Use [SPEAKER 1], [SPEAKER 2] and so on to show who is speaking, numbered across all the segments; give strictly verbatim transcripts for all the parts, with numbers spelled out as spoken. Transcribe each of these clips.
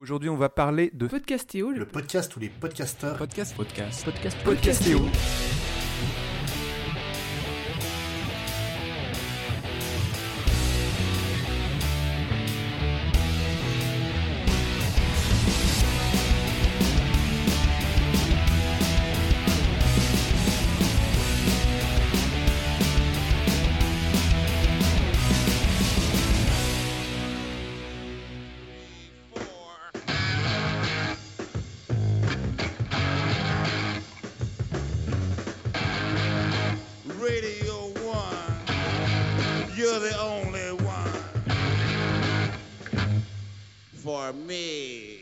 [SPEAKER 1] Aujourd'hui, on va parler de
[SPEAKER 2] Podcastéo,
[SPEAKER 3] Le podcast où les podcasteurs
[SPEAKER 1] podcast, podcast,
[SPEAKER 2] podcast
[SPEAKER 1] Podcastéo.
[SPEAKER 4] Radio One, you're the only one for me.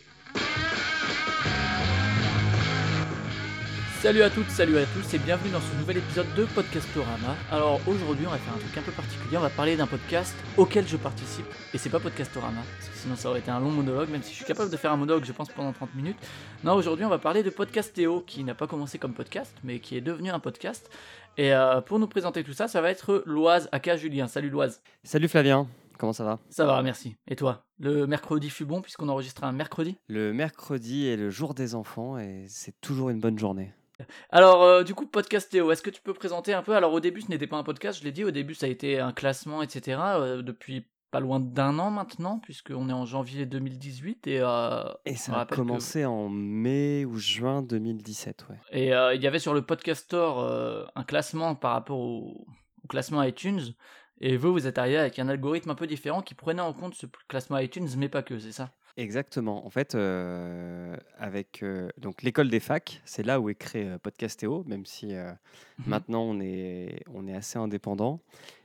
[SPEAKER 2] Salut à toutes, salut à tous et bienvenue dans ce nouvel épisode de Podcastorama. Alors aujourd'hui on va faire un truc un peu particulier, on va parler d'un podcast auquel je participe et c'est pas Podcastorama, parce que sinon ça aurait été un long monologue, même si je suis capable de faire un monologue je pense pendant trente minutes. Non, aujourd'hui on va parler de Podcastéo qui n'a pas commencé comme podcast mais qui est devenu un podcast. Et euh, pour nous présenter tout ça, ça va être Loise aka Julien. Salut Loise.
[SPEAKER 5] Salut Flavien, comment ça va?
[SPEAKER 2] Ça va, merci. Et toi? Le mercredi fut bon puisqu'on enregistre un mercredi?
[SPEAKER 5] Le mercredi est le jour des enfants et c'est toujours une bonne journée.
[SPEAKER 2] Alors, euh, du coup, Podcastéo, est-ce que tu peux présenter un peu? Alors, au début, ce n'était pas un podcast, je l'ai dit, au début, ça a été un classement, et cetera, euh, depuis pas loin d'un an maintenant, puisqu'on est en janvier deux mille dix-huit, et, euh,
[SPEAKER 5] Et
[SPEAKER 2] on
[SPEAKER 5] ça a
[SPEAKER 2] rappelle
[SPEAKER 5] commencé en mai ou juin deux mille dix-sept, ouais.
[SPEAKER 2] que- Et euh, il y avait sur le Podcastor euh, un classement par rapport au, au classement iTunes, et vous, vous êtes arrivé avec un algorithme un peu différent qui prenait en compte ce classement iTunes, mais pas que, c'est ça?
[SPEAKER 5] Exactement. En fait, euh, avec euh, donc l'école des facs, c'est là où est créé euh, Podcastéo, même si euh,
[SPEAKER 2] Mhm.
[SPEAKER 5] maintenant on est, on est assez indépendant.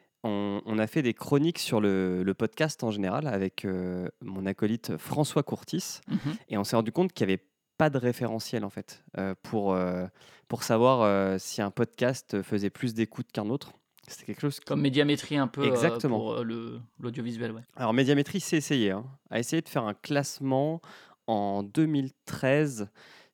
[SPEAKER 5] On, on a fait des chroniques sur le, le podcast en général avec euh, mon acolyte François Courtis.
[SPEAKER 2] Mhm.
[SPEAKER 5] Et on s'est rendu compte qu'il n'y avait pas de référentiel en fait euh, pour, euh, pour savoir euh, si un podcast faisait plus d'écoute qu'un autre. C'était quelque chose qui...
[SPEAKER 2] Comme médiamétrie un peu euh,
[SPEAKER 5] Exactement.
[SPEAKER 2] pour euh, le, l'audiovisuel, ouais.
[SPEAKER 5] Alors Médiamétrie s'est essayé, hein, a essayé de faire un classement en deux mille treize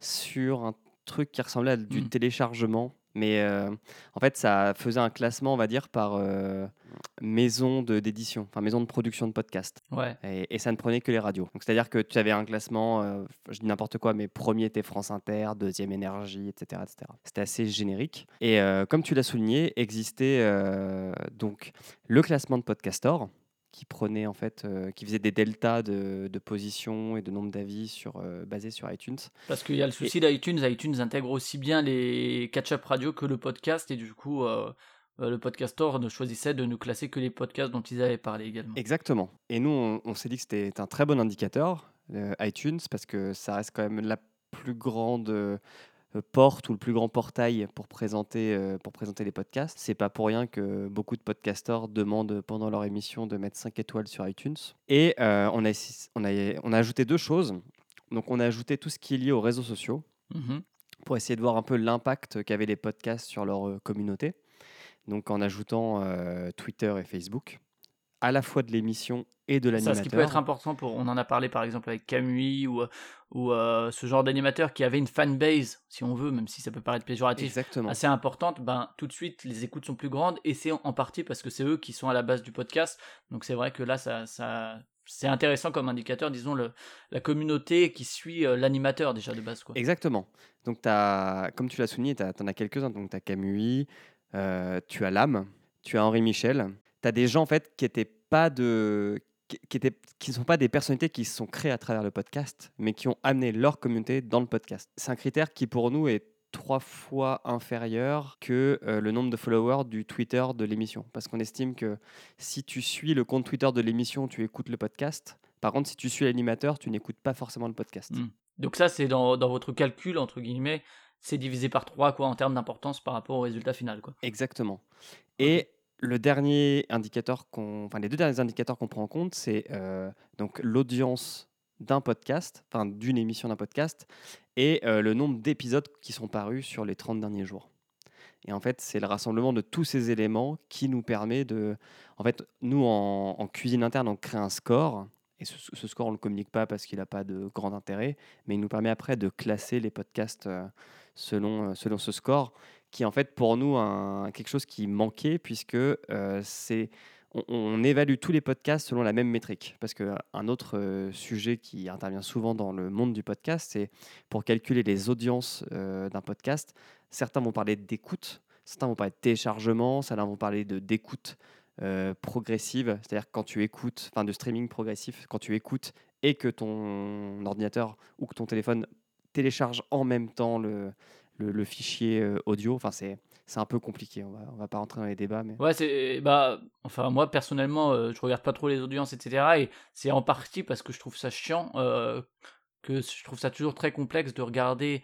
[SPEAKER 5] sur un truc qui ressemblait à du
[SPEAKER 2] Mm.
[SPEAKER 5] téléchargement. Mais euh, en fait, ça faisait un classement, on va dire, par euh, maison de, d'édition, enfin maison de production de podcast.
[SPEAKER 2] Ouais.
[SPEAKER 5] Et, et ça ne prenait que les radios. Donc c'est-à-dire que tu avais un classement, euh, je dis n'importe quoi, mais premier était France Inter, deuxième Énergie, et cetera, et cetera. C'était assez générique. Et euh, comme tu l'as souligné, existait euh, donc le classement de Podcastor, qui prenait en fait, euh, qui faisait des deltas de, de position et de nombre d'avis sur, euh, basés sur iTunes.
[SPEAKER 2] Parce qu'il y a le souci d'iTunes, iTunes intègre aussi bien les catch-up radio que le podcast, et du coup, euh, euh, le Podcastor ne choisissait de ne classer que les podcasts dont ils avaient parlé également.
[SPEAKER 5] Exactement. Et nous, on, on s'est dit que c'était un très bon indicateur, euh, iTunes, parce que ça reste quand même la plus grande euh, porte ou le plus grand portail pour présenter, euh, pour présenter les podcasts. C'est pas pour rien que beaucoup de podcasteurs demandent pendant leur émission de mettre cinq étoiles sur iTunes. Et euh, on, a, on, a, on a ajouté deux choses. Donc on a ajouté tout ce qui est lié aux réseaux sociaux
[SPEAKER 2] Mhm.
[SPEAKER 5] pour essayer de voir un peu l'impact qu'avaient les podcasts sur leur euh, communauté. Donc en ajoutant euh, Twitter et Facebook, à la fois de l'émission et de
[SPEAKER 2] Ça,
[SPEAKER 5] l'animateur.
[SPEAKER 2] ce qui peut être important pour, on en a parlé par exemple avec Camus ou, ou euh, ce genre d'animateur qui avait une fanbase, si on veut, même si ça peut paraître péjoratif,
[SPEAKER 5] Exactement.
[SPEAKER 2] assez importante, ben tout de suite les écoutes sont plus grandes et c'est en, en partie parce que c'est eux qui sont à la base du podcast. Donc c'est vrai que là, ça, ça, c'est intéressant comme indicateur, disons, le, la communauté qui suit euh, l'animateur déjà de base, quoi.
[SPEAKER 5] Exactement. Donc, t'as, comme tu l'as souligné, tu en as quelques-uns. Donc, tu as Camus, euh, tu as Lame, tu as Henri Michel. Tu as des gens en fait, qui étaient pas de. qui qui étaient, qui ne sont pas des personnalités qui se sont créées à travers le podcast, mais qui ont amené leur communauté dans le podcast. C'est un critère qui, pour nous, est trois fois inférieur que euh, le nombre de followers du Twitter de l'émission. Parce qu'on estime que si tu suis le compte Twitter de l'émission, tu écoutes le podcast. Par contre, si tu suis l'animateur, tu n'écoutes pas forcément le podcast.
[SPEAKER 2] Mm. Donc ça, c'est dans, dans votre calcul, entre guillemets, c'est divisé par trois, quoi, en termes d'importance par rapport au résultat final, quoi.
[SPEAKER 5] Exactement. Et le dernier indicateur qu'on, enfin les deux derniers indicateurs qu'on prend en compte, c'est euh, donc l'audience d'un podcast, enfin d'une émission d'un podcast, et euh, le nombre d'épisodes qui sont parus sur les trente derniers jours. Et en fait, c'est le rassemblement de tous ces éléments qui nous permet de... En fait, nous, en, en cuisine interne, on crée un score. Et ce, ce score, on ne le communique pas parce qu'il n'a pas de grand intérêt. Mais il nous permet après de classer les podcasts euh, selon, euh, selon ce score, qui est en fait pour nous un, quelque chose qui manquait, puisque euh, c'est... on, on évalue tous les podcasts selon la même métrique. Parce qu'un autre euh, sujet qui intervient souvent dans le monde du podcast, c'est pour calculer les audiences euh, d'un podcast. Certains vont parler d'écoute, certains vont parler de téléchargement, certains vont parler de, d'écoute euh, progressive, c'est-à-dire quand tu écoutes, enfin de streaming progressif, quand tu écoutes et que ton ordinateur ou que ton téléphone télécharge en même temps le, le, le fichier euh, audio. Enfin, c'est, c'est un peu compliqué. On va, on va pas rentrer dans les débats, mais
[SPEAKER 2] Ouais, c'est bah enfin moi personnellement euh, je regarde pas trop les audiences et cetera et c'est en partie parce que je trouve ça chiant euh, que je trouve ça toujours très complexe de regarder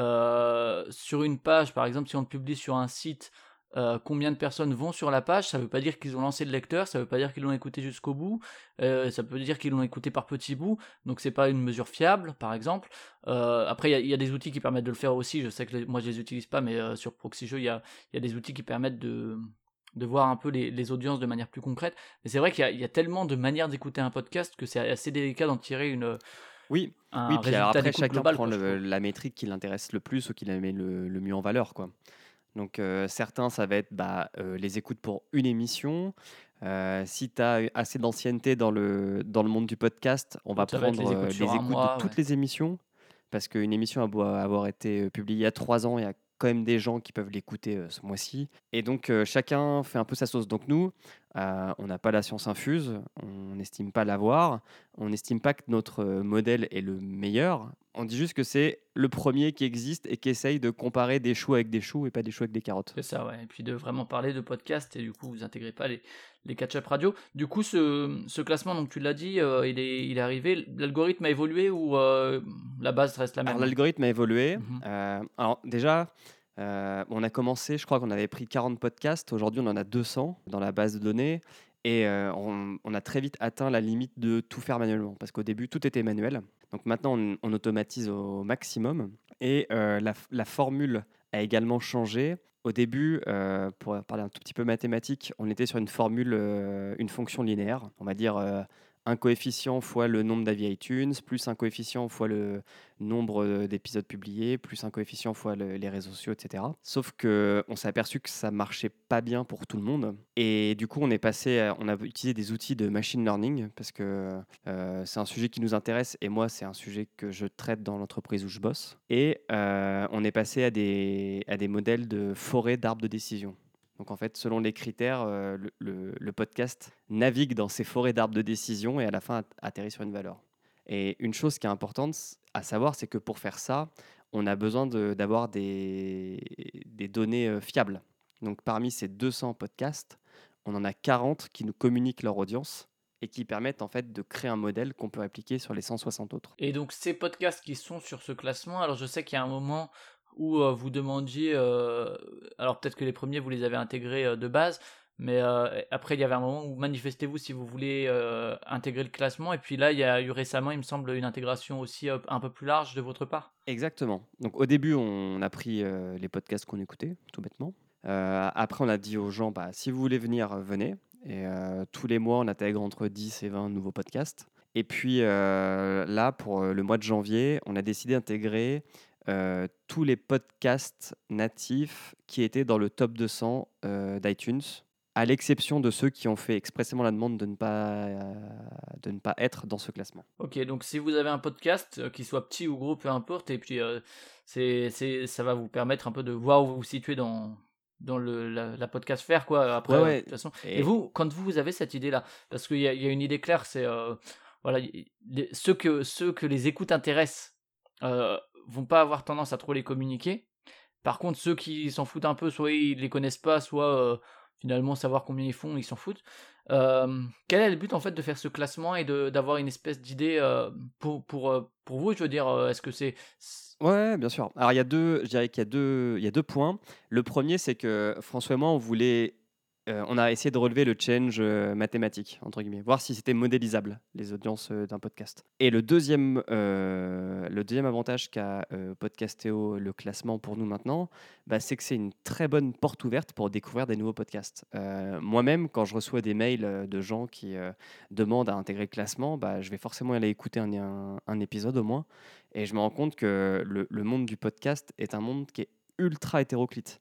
[SPEAKER 2] euh, sur une page par exemple si on le publie sur un site euh, combien de personnes vont sur la page, ça veut pas dire qu'ils ont lancé le lecteur, ça veut pas dire qu'ils l'ont écouté jusqu'au bout, euh, ça peut dire qu'ils l'ont écouté par petits bouts, donc c'est pas une mesure fiable par exemple. Euh, après il y, a- il y a des outils qui permettent de le faire aussi, je sais que les- moi je les utilise pas mais euh, sur ProxyJeux il y a, il y a des outils qui permettent de de voir un peu les, les audiences de manière plus concrète. Mais c'est vrai qu'il y a, il y a tellement de manières d'écouter un podcast que c'est assez délicat d'en tirer une,
[SPEAKER 5] oui.
[SPEAKER 2] un
[SPEAKER 5] Oui, puis alors
[SPEAKER 2] résultat
[SPEAKER 5] après,
[SPEAKER 2] d'écoute
[SPEAKER 5] chacun
[SPEAKER 2] global,
[SPEAKER 5] prend
[SPEAKER 2] quoi, je
[SPEAKER 5] le-
[SPEAKER 2] trouve.
[SPEAKER 5] la métrique qui l'intéresse le plus ou qui la met le, le mieux en valeur, quoi. Donc, euh, certains, ça va être bah, euh, les écoutes pour une émission. Euh, si tu as assez d'ancienneté dans le, dans le monde du podcast, on va
[SPEAKER 2] Ça va être
[SPEAKER 5] prendre
[SPEAKER 2] les
[SPEAKER 5] euh,
[SPEAKER 2] écoutes sur
[SPEAKER 5] les
[SPEAKER 2] un
[SPEAKER 5] écoutes de
[SPEAKER 2] mois, ouais.
[SPEAKER 5] toutes les émissions. Parce qu'une émission a beau avoir été euh, publiée il y a trois ans, il y a quand même des gens qui peuvent l'écouter euh, ce mois-ci. Et donc, euh, chacun fait un peu sa sauce. Donc, nous, euh, on n'a pas la science infuse, on n'estime pas l'avoir, on n'estime pas que notre euh, modèle est le meilleur. On dit juste que c'est le premier qui existe et qui essaye de comparer des choux avec des choux et pas des choux avec des carottes.
[SPEAKER 2] C'est ça, ouais. Et puis de vraiment parler de podcast, et du coup, vous intégrez pas les, les catch-up radio. Du coup, ce, ce classement, donc tu l'as dit, euh, il, est, il est arrivé. L'algorithme a évolué ou euh, la base reste la
[SPEAKER 5] Alors,
[SPEAKER 2] même?
[SPEAKER 5] l'algorithme a évolué.
[SPEAKER 2] Mhm.
[SPEAKER 5] Euh, alors, déjà, euh, on a commencé, je crois qu'on avait pris quarante podcasts. Aujourd'hui, on en a deux cents dans la base de données. Et euh, on, on a très vite atteint la limite de tout faire manuellement. Parce qu'au début, tout était manuel. Donc maintenant, on, on automatise au maximum. Et euh, la, la formule a également changé. Au début, euh, pour parler un tout petit peu mathématique, on était sur une formule, euh, une fonction linéaire. On va dire euh, un coefficient fois le nombre d'avis iTunes, plus un coefficient fois le nombre euh, d'épisodes publiés, plus un coefficient fois le- les réseaux sociaux, et cetera. Sauf que on s'est aperçu que ça marchait pas bien pour tout le monde. Et du coup, on est passé, à- on a utilisé des outils de machine learning parce que euh, c'est un sujet qui nous intéresse et moi, c'est un sujet que je traite dans l'entreprise où je bosse. Et euh, on est passé à des, à des modèles de forêt d'arbres de décision. Donc en fait, selon les critères, euh, le, le- le podcast navigue dans ces forêts d'arbres de décision et à la fin at- atterrit sur une valeur. Et une chose qui est importante s- à savoir, c'est que pour faire ça, on a besoin de- d'avoir des, des données euh, fiables. Donc parmi ces deux cents podcasts, on en a quarante qui nous communiquent leur audience et qui permettent en fait de créer un modèle qu'on peut appliquer sur les cent soixante autres.
[SPEAKER 2] Et donc, ces podcasts qui sont sur ce classement, alors je sais qu'il y a un moment où euh, vous demandiez, euh, alors peut-être que les premiers vous les avez intégrés euh, de base, mais euh, après il y avait un moment où manifestez-vous si vous voulez euh, intégrer le classement, et puis là il y a eu récemment, il me semble, une intégration aussi euh, un peu plus large de votre part.
[SPEAKER 5] Exactement. Donc au début, on a pris euh, les podcasts qu'on écoutait, tout bêtement. Euh, après, on a dit aux gens, bah, si vous voulez venir, euh, venez. Et euh, tous les mois, on intègre entre dix et vingt nouveaux podcasts. Et puis euh, là, pour euh, le mois de janvier, on a décidé d'intégrer euh, tous les podcasts natifs qui étaient dans le top deux cents euh, d'iTunes, à l'exception de ceux qui ont fait expressément la demande de ne pas, euh, de ne pas être dans ce classement.
[SPEAKER 2] Ok, donc si vous avez un podcast, euh, qu'il soit petit ou gros, peu importe, et puis euh, c'est, c'est, ça va vous permettre un peu de voir où vous vous situez dans, dans le, la, la podcast faire, quoi, après,
[SPEAKER 5] Ouais,
[SPEAKER 2] euh,
[SPEAKER 5] ouais.
[SPEAKER 2] de toute façon.
[SPEAKER 5] Et-
[SPEAKER 2] Et vous, quand vous, vous avez cette idée-là, parce qu'il y a, il y a une idée claire, c'est, euh, voilà, y- les- ceux, que, ceux que les écoutes intéressent euh, vont pas avoir tendance à trop les communiquer. Par contre, ceux qui s'en foutent un peu, soit ils les connaissent pas, soit euh, finalement savoir combien ils font, ils s'en foutent. Euh, quel est le but en fait de faire ce classement et de d'avoir une espèce d'idée euh, pour pour euh, pour vous, je veux dire, euh, est-ce que c'est
[SPEAKER 5] Ouais, bien sûr. Alors, il y a deux, je dirais qu'il y a deux, il y a deux points. Le premier, c'est que François et moi, on voulait, euh, on a essayé de relever le challenge euh, mathématique, entre guillemets, voir si c'était modélisable, les audiences euh, d'un podcast. Et le deuxième, euh, le deuxième avantage qu'a euh, Podcastéo, le classement pour nous maintenant, bah, c'est que c'est une très bonne porte ouverte pour découvrir des nouveaux podcasts. Euh, moi-même, quand je reçois des mails euh, de gens qui euh, demandent à intégrer le classement, bah, je vais forcément aller écouter un, un, un épisode au moins. Et je me rends compte que le, le monde du podcast est un monde qui est ultra hétéroclite.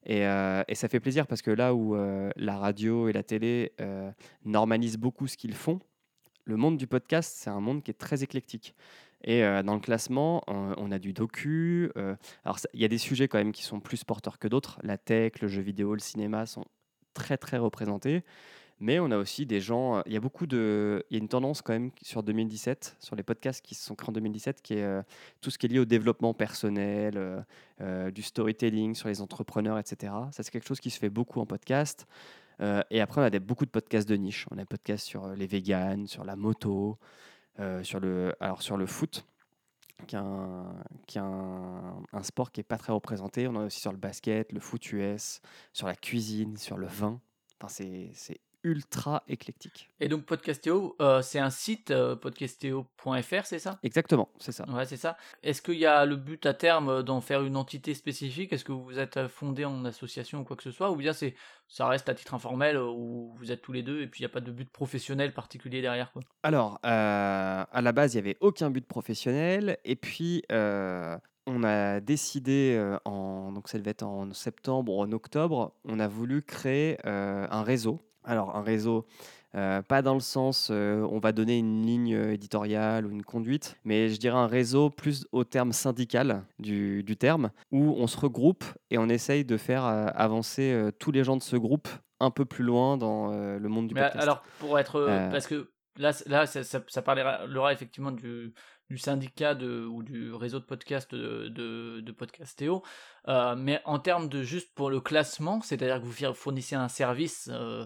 [SPEAKER 5] Et, euh, et ça fait plaisir parce que là où euh, la radio et la télé euh, normalisent beaucoup ce qu'ils font, le monde du podcast, c'est un monde qui est très éclectique. Et euh, dans le classement, on, on a du docu. euh, alors, ça- il y a des sujets quand même qui sont plus porteurs que d'autres. La tech, le jeu vidéo, le cinéma sont très, très représentés. Mais on a aussi des gens. euh, Il y a beaucoup de. Il y a une tendance quand même sur deux mille dix-sept, sur les podcasts qui se sont créés en deux mille dix-sept, qui est euh, tout ce qui est lié au développement personnel, euh, euh, du storytelling sur les entrepreneurs, et cetera. Ça, c'est quelque chose qui se fait beaucoup en podcast. Euh, et après, on a des, beaucoup de podcasts de niche. On a des podcasts sur euh, les véganes, sur la moto, euh, sur, le, alors sur le foot, qui est, un, qui est un, un sport qui n'est pas très représenté. On en a aussi sur le basket, le foot U S, sur la cuisine, sur le vin. Enfin, c'est, c'est ultra éclectique.
[SPEAKER 2] Et donc Podcastéo, euh, c'est un site, euh, podcastéo point f r, c'est ça?
[SPEAKER 5] Exactement, c'est ça.
[SPEAKER 2] Ouais, c'est ça. Est-ce qu'il y a le but à terme euh, d'en faire une entité spécifique? Est-ce que vous êtes euh, fondé en association ou quoi que ce soit? Ou bien c'est, ça reste à titre informel euh, où vous êtes tous les deux et puis il n'y a pas de but professionnel particulier derrière, quoi?
[SPEAKER 5] Alors, euh, à la base, il n'y avait aucun but professionnel. Et puis, euh, on a décidé, euh, en, donc ça devait être en septembre ou en octobre, on a voulu créer euh, un réseau. Alors, un réseau, euh, pas dans le sens euh, on va donner une ligne éditoriale ou une conduite, mais je dirais un réseau plus au terme syndical du, du terme, où on se regroupe et on essaye de faire euh, avancer euh, tous les gens de ce groupe un peu plus loin dans euh, le monde du
[SPEAKER 2] Mais
[SPEAKER 5] podcast.
[SPEAKER 2] alors, pour être. euh,
[SPEAKER 5] Euh,
[SPEAKER 2] Parce que là, c- là ça, ça, ça parlera effectivement du, du syndicat de, ou du réseau de podcast de, de, de Podcastéo. Euh, mais en termes de juste pour le classement, c'est-à-dire que vous fir- fournissez un service, euh,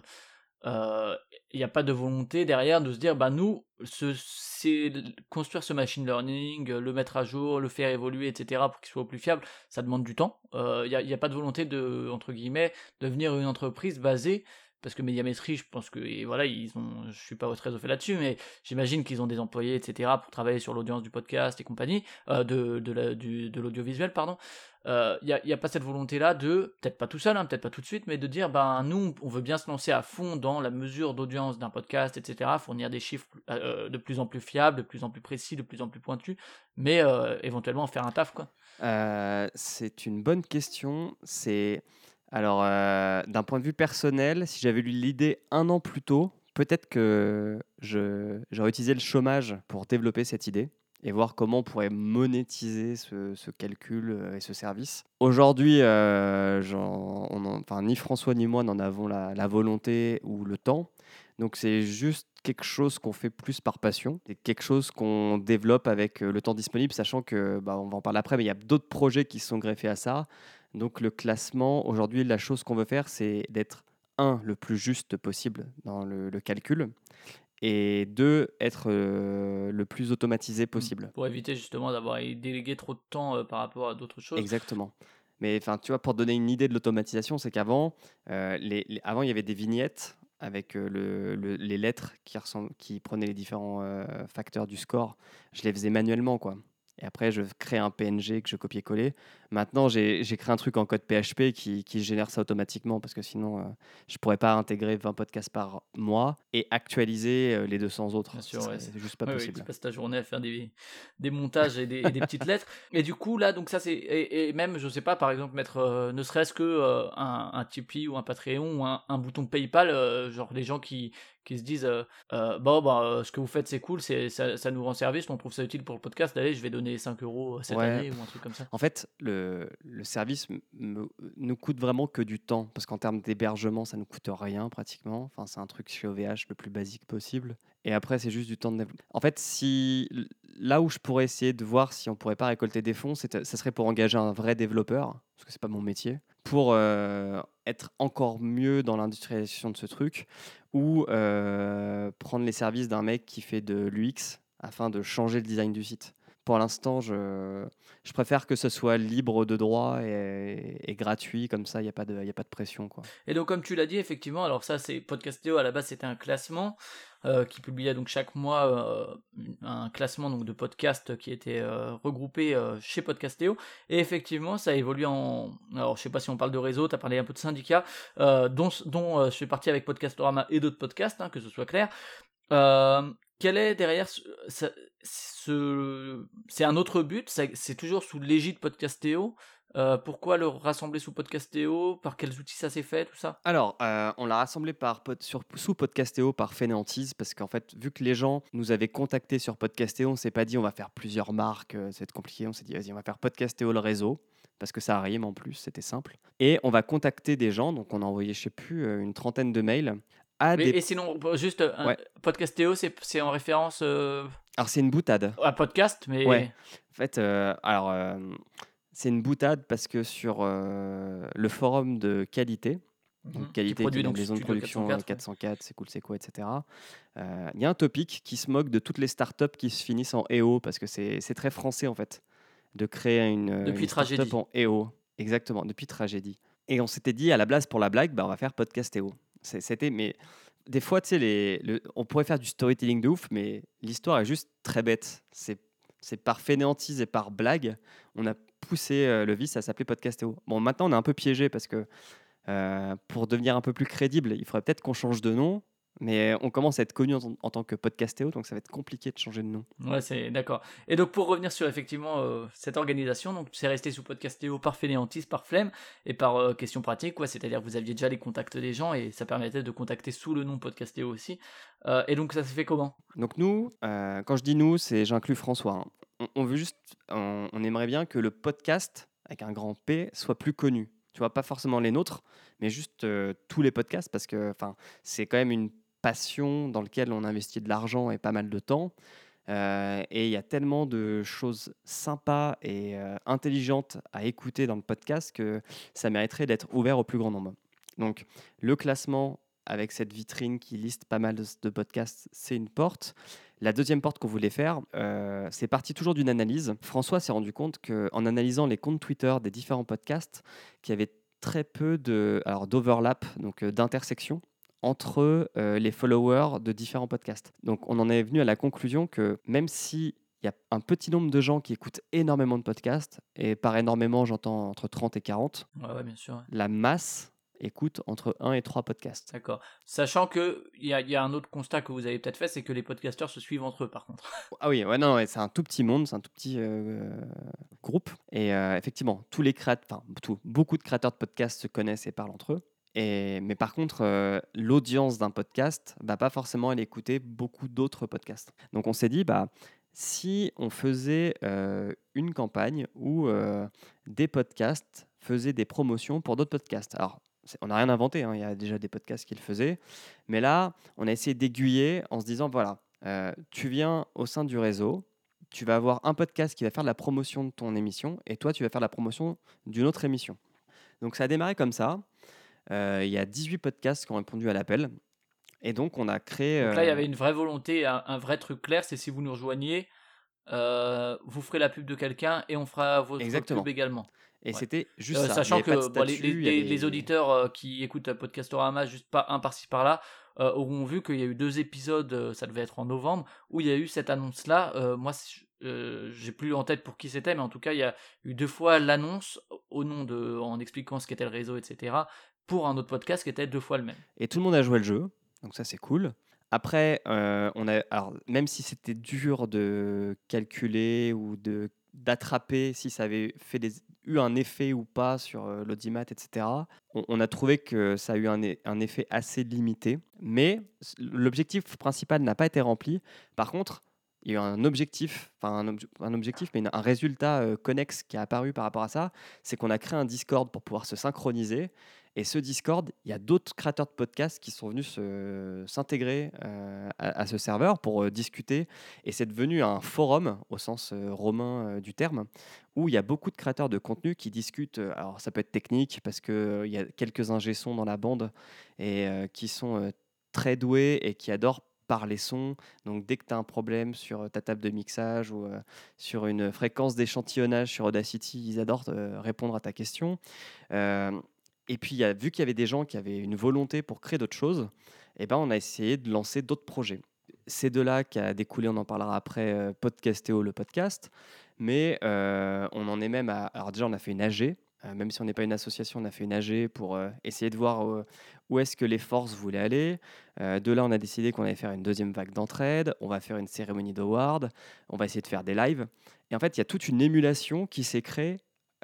[SPEAKER 2] euh, il n'y a pas de volonté derrière de se dire, bah nous, ce, c'est l- construire ce machine learning, euh, le mettre à jour, le faire évoluer, et cetera, pour qu'il soit au plus fiable, ça demande du temps. Euh, Il n'y a, il y a pas de volonté de, entre guillemets, devenir une entreprise basée parce que Médiamétrie, je pense que et voilà, ils ont, je suis pas très au fait là-dessus, mais j'imagine qu'ils ont des employés, et cetera, pour travailler sur l'audience du podcast et compagnie, euh, de, de, la- du- de l'audiovisuel, pardon. Il n'y a, y a pas cette volonté-là de, peut-être pas tout seul, hein, peut-être pas tout de suite, mais de dire, ben nous, on veut bien se lancer à fond dans la mesure d'audience d'un podcast, et cetera, fournir des chiffres euh, de plus en plus fiables, de plus en plus précis, de plus en plus pointus, mais euh, éventuellement faire un taf, quoi.
[SPEAKER 5] Euh, c'est une bonne question. C'est alors euh, d'un point de vue personnel, si j'avais eu l'idée un an plus tôt, peut-être que je j'aurais utilisé le chômage pour développer cette idée et voir comment on pourrait monétiser ce, ce calcul euh, et ce service. Aujourd'hui, euh, j'en- on en- enfin, ni François ni moi n'en avons la, la volonté ou le temps. Donc c'est juste quelque chose qu'on fait plus par passion, et quelque chose qu'on développe avec euh, le temps disponible, sachant que, bah, on va en parler après, mais il y a d'autres projets qui se sont greffés à ça. Donc le classement, aujourd'hui, la chose qu'on veut faire, c'est d'être, un, le plus juste possible dans le, le calcul, et deux, être euh, le plus automatisé possible.
[SPEAKER 2] Pour éviter justement d'avoir à y déléguer trop de temps euh, par rapport à d'autres choses.
[SPEAKER 5] Exactement. Mais enfin, tu vois, pour te donner une idée de l'automatisation, c'est qu'avant, euh, les, les- avant, il y avait des vignettes avec euh, le- le- les lettres qui, ressemblent, qui prenaient les différents euh, facteurs du score. Je les faisais manuellement, quoi. Et après, je crée un P N G que je copiais-coller. Maintenant, j'ai j'ai créé un truc en code P H P qui, qui génère ça automatiquement parce que sinon, euh, je pourrais pas intégrer vingt podcasts par mois et actualiser euh, les deux cents autres.
[SPEAKER 2] Bien
[SPEAKER 5] Ce
[SPEAKER 2] sûr,
[SPEAKER 5] serait-
[SPEAKER 2] ouais.
[SPEAKER 5] c'est juste pas
[SPEAKER 2] Oui, oui,
[SPEAKER 5] possible.
[SPEAKER 2] tu passes ta journée à faire des, des montages et des, et des petites lettres. Et du coup, là, donc ça, c'est. Et, et même, je sais pas, par exemple, mettre euh, ne serait-ce que euh, un, un Tipeee ou un Patreon ou un, un bouton PayPal, euh, genre les gens qui, qui se disent euh, euh, bon, bah, euh, ce que vous faites, c'est cool, c'est, ça, ça nous rend service, on trouve ça utile pour le podcast, allez, je vais donner cinq euros cette
[SPEAKER 5] Ouais.
[SPEAKER 2] année ou un truc comme ça.
[SPEAKER 5] En fait, le, le service m- me- nous coûte vraiment que du temps, parce qu'en termes d'hébergement, ça nous coûte rien pratiquement. Enfin, c'est un truc chez O V H le plus basique possible. Et après, c'est juste du temps de développement. En fait, si là où je pourrais essayer de voir si on pourrait pas récolter des fonds, c'est- ça serait pour engager un vrai développeur, parce que c'est pas mon métier, pour euh, être encore mieux dans l'industrialisation de ce truc, ou euh, prendre les services d'un mec qui fait de l'U X afin de changer le design du site. Pour l'instant, je, je préfère que ce soit libre de droit et, et gratuit, comme ça, il n'y a, pas de- y a pas de pression, quoi.
[SPEAKER 2] Et donc, comme tu l'as dit, effectivement, alors ça, c'est Podcastéo, à la base, c'était un classement euh, qui publiait donc chaque mois euh, un classement donc, de podcasts qui était euh, regroupé euh, chez Podcastéo. Et effectivement, ça évolue en. Alors, je sais pas si on parle de réseau, tu as parlé un peu de syndicats, euh, dont, dont euh, je fais partie avec Podcastorama et d'autres podcasts, hein, que ce soit clair. Euh, quel est derrière ce- ça- ce... c'est un autre but, ça- c'est toujours sous l'égide Podcastéo. Euh, pourquoi le rassembler sous Podcastéo? Par quels outils ça s'est fait, tout ça?
[SPEAKER 5] Alors, euh, on l'a rassemblé par, pod- sur, sous Podcastéo par Fainéantise parce qu'en fait, vu que les gens nous avaient contactés sur Podcastéo, on s'est pas dit on va faire plusieurs marques, euh, ça va être compliqué. On s'est dit vas-y, on va faire Podcastéo le réseau parce que ça rime en plus, c'était simple. Et on va contacter des gens, donc on a envoyé, je sais plus, euh, une trentaine de mails à
[SPEAKER 2] Et,
[SPEAKER 5] des.
[SPEAKER 2] et sinon, euh, juste, euh, un-
[SPEAKER 5] Ouais.
[SPEAKER 2] Podcastéo, c'est c'est en référence euh,
[SPEAKER 5] Alors, c'est une boutade.
[SPEAKER 2] à podcast, mais
[SPEAKER 5] Ouais. En fait, euh, alors, euh, c'est une boutade parce que sur euh, le forum de qualité,
[SPEAKER 2] Mhm.
[SPEAKER 5] donc
[SPEAKER 2] Qui
[SPEAKER 5] qualité,
[SPEAKER 2] produit
[SPEAKER 5] qui donne
[SPEAKER 2] donc
[SPEAKER 5] les zones de
[SPEAKER 2] Studio
[SPEAKER 5] production
[SPEAKER 2] quatre cent quatre,
[SPEAKER 5] euh, quatre cent quatre, c'est cool, c'est quoi, et cetera. Euh, Il y a un topic qui se moque de toutes les startups qui se finissent en E O parce que c'est c'est très français en fait de créer une, euh,
[SPEAKER 2] Depuis
[SPEAKER 5] une startup
[SPEAKER 2] Tragédie.
[SPEAKER 5] en E O. Exactement, depuis Tragédie. Et on s'était dit à la blague pour la blague, bah, on va faire Podcastéo. C'est- C'était, mais des fois, tu sais, les, le- on pourrait faire du storytelling de ouf, mais l'histoire est juste très bête. C'est c'est par fainéantise et par blague, on a poussé euh, le vice à s'appeler Podcastéo. Bon, maintenant, on est un peu piégé parce que euh, pour devenir un peu plus crédible, il faudrait peut-être qu'on change de nom, mais on commence à être connu en, en tant que Podcastéo, donc ça va être compliqué de changer de nom.
[SPEAKER 2] Ouais, c'est d'accord. Et donc pour revenir sur effectivement euh, cette organisation, donc c'est resté sous Podcastéo par fainéantise, par flemme et par euh, question pratique, quoi. C'est-à-dire que vous aviez déjà les contacts des gens et ça permettait de contacter sous le nom Podcastéo aussi. Euh, et donc ça se fait comment?
[SPEAKER 5] Donc nous, euh, quand je dis nous, c'est j'inclus François. hein. On, on veut juste, on, on aimerait bien que le podcast avec un grand P soit plus connu. Tu vois, pas forcément les nôtres, mais juste euh, tous les podcasts parce que, enfin, c'est quand même une passion dans laquelle on investit de l'argent et pas mal de temps. Euh, et il y a tellement de choses sympas et euh, intelligentes à écouter dans le podcast que ça mériterait d'être ouvert au plus grand nombre. Donc, le classement avec cette vitrine qui liste pas mal de, de podcasts, c'est une porte. La deuxième porte qu'on voulait faire, euh, c'est parti toujours d'une analyse. François s'est rendu compte qu'en analysant les comptes Twitter des différents podcasts, qu'il y avait très peu de, alors, d'overlap, donc euh, d'intersection entre euh, les followers de différents podcasts. Donc on en est venu à la conclusion que même si il y a un petit nombre de gens qui écoutent énormément de podcasts, et par énormément j'entends entre trente et quarante,
[SPEAKER 2] Ouais, ouais, bien sûr. Ouais.
[SPEAKER 5] la masse écoute entre un et trois podcasts.
[SPEAKER 2] D'accord. Sachant que il y a, y a un autre constat que vous avez peut-être fait, c'est que les podcasteurs se suivent entre eux, par contre.
[SPEAKER 5] Ah oui, ouais, non, ouais, c'est un tout petit monde, c'est un tout petit euh, groupe. Et euh, effectivement, tous les créateurs, enfin, tout, beaucoup de créateurs de podcasts se connaissent et parlent entre eux. Et, mais par contre, euh, l'audience d'un podcast va pas forcément aller écouter beaucoup d'autres podcasts. Donc on s'est dit, bah, si on faisait euh, une campagne où euh, des podcasts faisaient des promotions pour d'autres podcasts. Alors, c'est- on n'a rien inventé, hein, il y a déjà des podcasts qui le faisaient. Mais là, on a essayé d'aiguiller en se disant, voilà, euh, tu viens au sein du réseau, tu vas avoir un podcast qui va faire de la promotion de ton émission, et toi, tu vas faire la promotion d'une autre émission. Donc ça a démarré comme ça. Euh, il y a dix-huit podcasts qui ont répondu à l'appel. Et donc, on a créé.
[SPEAKER 2] Donc là, il y
[SPEAKER 5] euh,
[SPEAKER 2] avait une vraie volonté, un, un vrai truc clair, c'est si vous nous rejoignez, euh, vous ferez la pub de quelqu'un et on fera votre
[SPEAKER 5] Exactement.
[SPEAKER 2] pub également.
[SPEAKER 5] Et
[SPEAKER 2] Ouais.
[SPEAKER 5] c'était juste
[SPEAKER 2] Euh,
[SPEAKER 5] ça.
[SPEAKER 2] sachant
[SPEAKER 5] Il y avait pas
[SPEAKER 2] que
[SPEAKER 5] de
[SPEAKER 2] bon, les,
[SPEAKER 5] statut,
[SPEAKER 2] les-
[SPEAKER 5] il y
[SPEAKER 2] les-
[SPEAKER 5] avait-
[SPEAKER 2] les auditeurs euh, qui écoutent Podcastorama, juste pas un par-ci par-là, euh, auront vu qu'il y a eu deux épisodes, euh, ça devait être en novembre, où il y a eu cette annonce-là. Euh, moi, si- euh, j'ai plus en tête pour qui c'était, mais en tout cas, il y a eu deux fois l'annonce au nom de, en expliquant ce qu'était le réseau, et cetera, pour un autre podcast qui était deux fois le même.
[SPEAKER 5] Et tout le monde a joué le jeu. Donc, ça, c'est cool. Après, euh, on a, alors, même si c'était dur de calculer ou de d'attraper si ça avait fait des, eu un effet ou pas sur euh, l'audimat, et cetera, on, on a trouvé que ça a eu un, e- un effet assez limité. Mais s- l'objectif principal n'a pas été rempli. Par contre, il y a eu un objectif, enfin un, obje- un objectif, mais une- un résultat euh, connexe qui est apparu par rapport à ça, c'est qu'on a créé un Discord pour pouvoir se synchroniser. Et ce Discord, il y a d'autres créateurs de podcasts qui sont venus se- s'intégrer euh, à, à ce serveur pour euh, discuter. Et c'est devenu un forum, au sens euh, romain euh, du terme, où il y a beaucoup de créateurs de contenu qui discutent. euh, Alors, ça peut être technique, parce qu'il y a quelques ingé-sons dans la bande et euh, qui sont euh, très doués et qui adorent parler son. Donc, dès que tu as un problème sur ta table de mixage ou euh, sur une fréquence d'échantillonnage sur Audacity, ils adorent euh, répondre à ta question. Euh, et puis, il y a, vu qu'il y avait des gens qui avaient une volonté pour créer d'autres choses, eh ben, on a essayé de lancer d'autres projets. C'est de là qu'a découlé, on en parlera après, euh, Podcastéo, le podcast. Mais euh, on en est même à. Alors, déjà, on a fait une A G Euh, même si on n'est pas une association, on a fait une A G pour euh, essayer de voir euh, où est-ce que les forces voulaient aller. Euh, de là, on a décidé qu'on allait faire une deuxième vague d'entraide. On va faire une cérémonie d'award. On va essayer de faire des lives. Et en fait, il y a toute une émulation qui s'est créée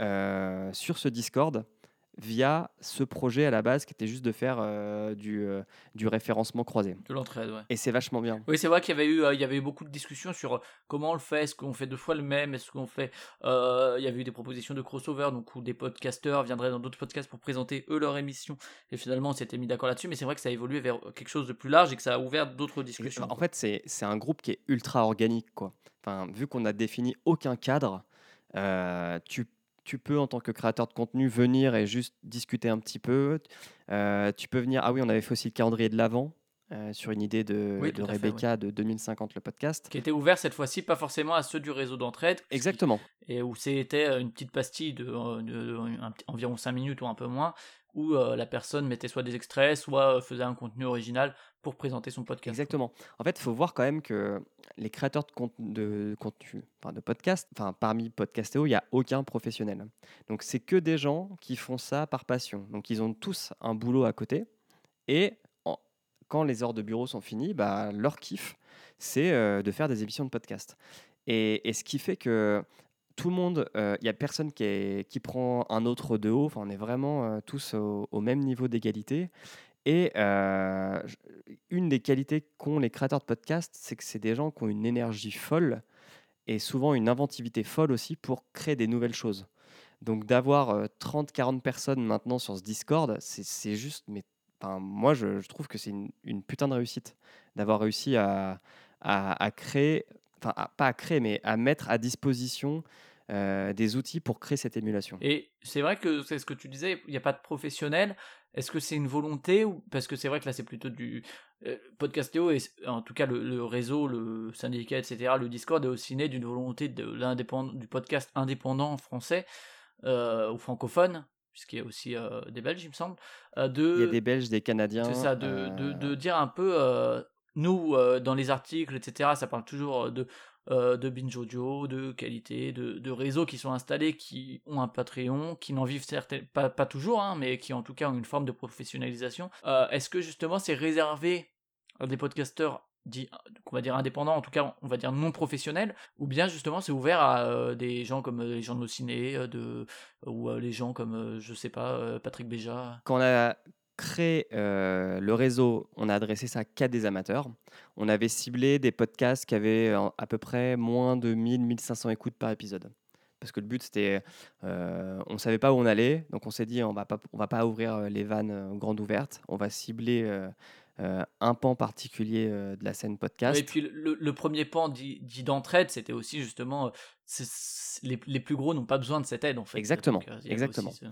[SPEAKER 5] euh, sur ce Discord via ce projet à la base qui était juste de faire euh, du, euh, du référencement croisé.
[SPEAKER 2] De l'entraide, ouais.
[SPEAKER 5] Et c'est vachement bien.
[SPEAKER 2] Oui, c'est vrai qu'il y avait eu, euh, il y avait eu beaucoup de discussions sur euh, comment on le fait, est-ce qu'on fait deux fois le même, est-ce qu'on fait... euh, il y avait eu des propositions de crossover, donc où des podcasteurs viendraient dans d'autres podcasts pour présenter eux leur émission, et finalement on s'était mis d'accord là-dessus, mais c'est vrai que ça a évolué vers quelque chose de plus large et que ça a ouvert d'autres discussions.
[SPEAKER 5] En fait, c'est, c'est un groupe qui est ultra organique, quoi. Enfin, vu qu'on n'a défini aucun cadre, euh, tu, tu peux, en tant que créateur de contenu, venir et juste discuter un petit peu. Euh, tu peux venir... Ah oui, on avait fait aussi le calendrier de l'Avent, euh, sur une idée de,
[SPEAKER 2] Oui,
[SPEAKER 5] de
[SPEAKER 2] tout à fait,
[SPEAKER 5] Rebecca de deux mille cinquante, le podcast.
[SPEAKER 2] Qui était ouvert cette fois-ci, pas forcément à ceux du réseau d'entraide. puisqu'il-
[SPEAKER 5] Exactement.
[SPEAKER 2] Et où c'était une petite pastille de, euh, de- de- un petit- environ cinq minutes ou un peu moins, où euh, la personne mettait soit des extraits, soit euh, faisait un contenu original pour présenter son podcast.
[SPEAKER 5] Exactement. En fait, il faut voir quand même que les créateurs de, cont- de contenu, enfin de podcast, enfin parmi Podcastéo, il n'y a aucun professionnel. Donc c'est que des gens qui font ça par passion. Donc ils ont tous un boulot à côté et en- quand les heures de bureau sont finies, bah, leur kiff, c'est euh, de faire des émissions de podcast. Et, et ce qui fait que tout le monde, il n'y a personne qui, est- qui prend un autre de haut. Enfin, on est vraiment euh, tous au, au même niveau d'égalité. Et euh, je- une des qualités qu'ont les créateurs de podcasts, c'est que c'est des gens qui ont une énergie folle et souvent une inventivité folle aussi pour créer des nouvelles choses. Donc d'avoir euh, trente quarante personnes maintenant sur ce Discord, c'est c'est juste, mais enfin, moi je, je trouve que c'est une, une putain de réussite d'avoir réussi à, à, à créer, enfin à- pas à créer, mais à mettre à disposition euh, des outils pour créer cette émulation.
[SPEAKER 2] Et c'est vrai que c'est ce que tu disais, il n'y a pas de professionnel. Est-ce que c'est une volonté ou parce que c'est vrai que là c'est plutôt du euh, Podcastéo et en tout cas le, le réseau, le syndicat, et cetera. Le Discord est aussi né d'une volonté de l'indépendant, du podcast indépendant français euh, ou francophone, puisqu'il y a aussi euh, des Belges, il me semble, euh, de
[SPEAKER 5] Il y a des Belges, des Canadiens.
[SPEAKER 2] c'est ça, de,
[SPEAKER 5] euh,
[SPEAKER 2] de, de dire un peu, euh, nous, euh, dans les articles, et cetera, ça parle toujours de, euh, de binge audio, de qualité, de, de réseaux qui sont installés, qui ont un Patreon, qui n'en vivent certains, pas, pas toujours, hein, mais qui en tout cas ont une forme de professionnalisation. Euh, est-ce que justement c'est réservé à des podcasteurs dits, qu'on va dire indépendants, en tout cas on va dire non professionnels, ou bien justement c'est ouvert à euh, des gens comme euh, les gens de nos ciné, euh, de, ou euh, les gens comme, euh, je sais pas, euh, Patrick Béja.
[SPEAKER 5] Quand on a créé euh, le réseau, on a adressé ça qu'à des amateurs. On avait ciblé des podcasts qui avaient euh, à peu près moins de mille à mille cinq cents écoutes par épisode. Parce que le but, c'était, euh, on ne savait pas où on allait, donc on s'est dit, on va pas, on va pas ouvrir euh, les vannes euh, grandes ouvertes, on va cibler euh, euh, un pan particulier euh, de la scène podcast.
[SPEAKER 2] Et puis le, le premier pan dit, dit d'entraide, c'était aussi justement, euh, c'est- c'est- les, les plus gros n'ont pas besoin de cette aide en fait.
[SPEAKER 5] Exactement,
[SPEAKER 2] Donc, euh, il y avait
[SPEAKER 5] exactement.
[SPEAKER 2] aussi ce-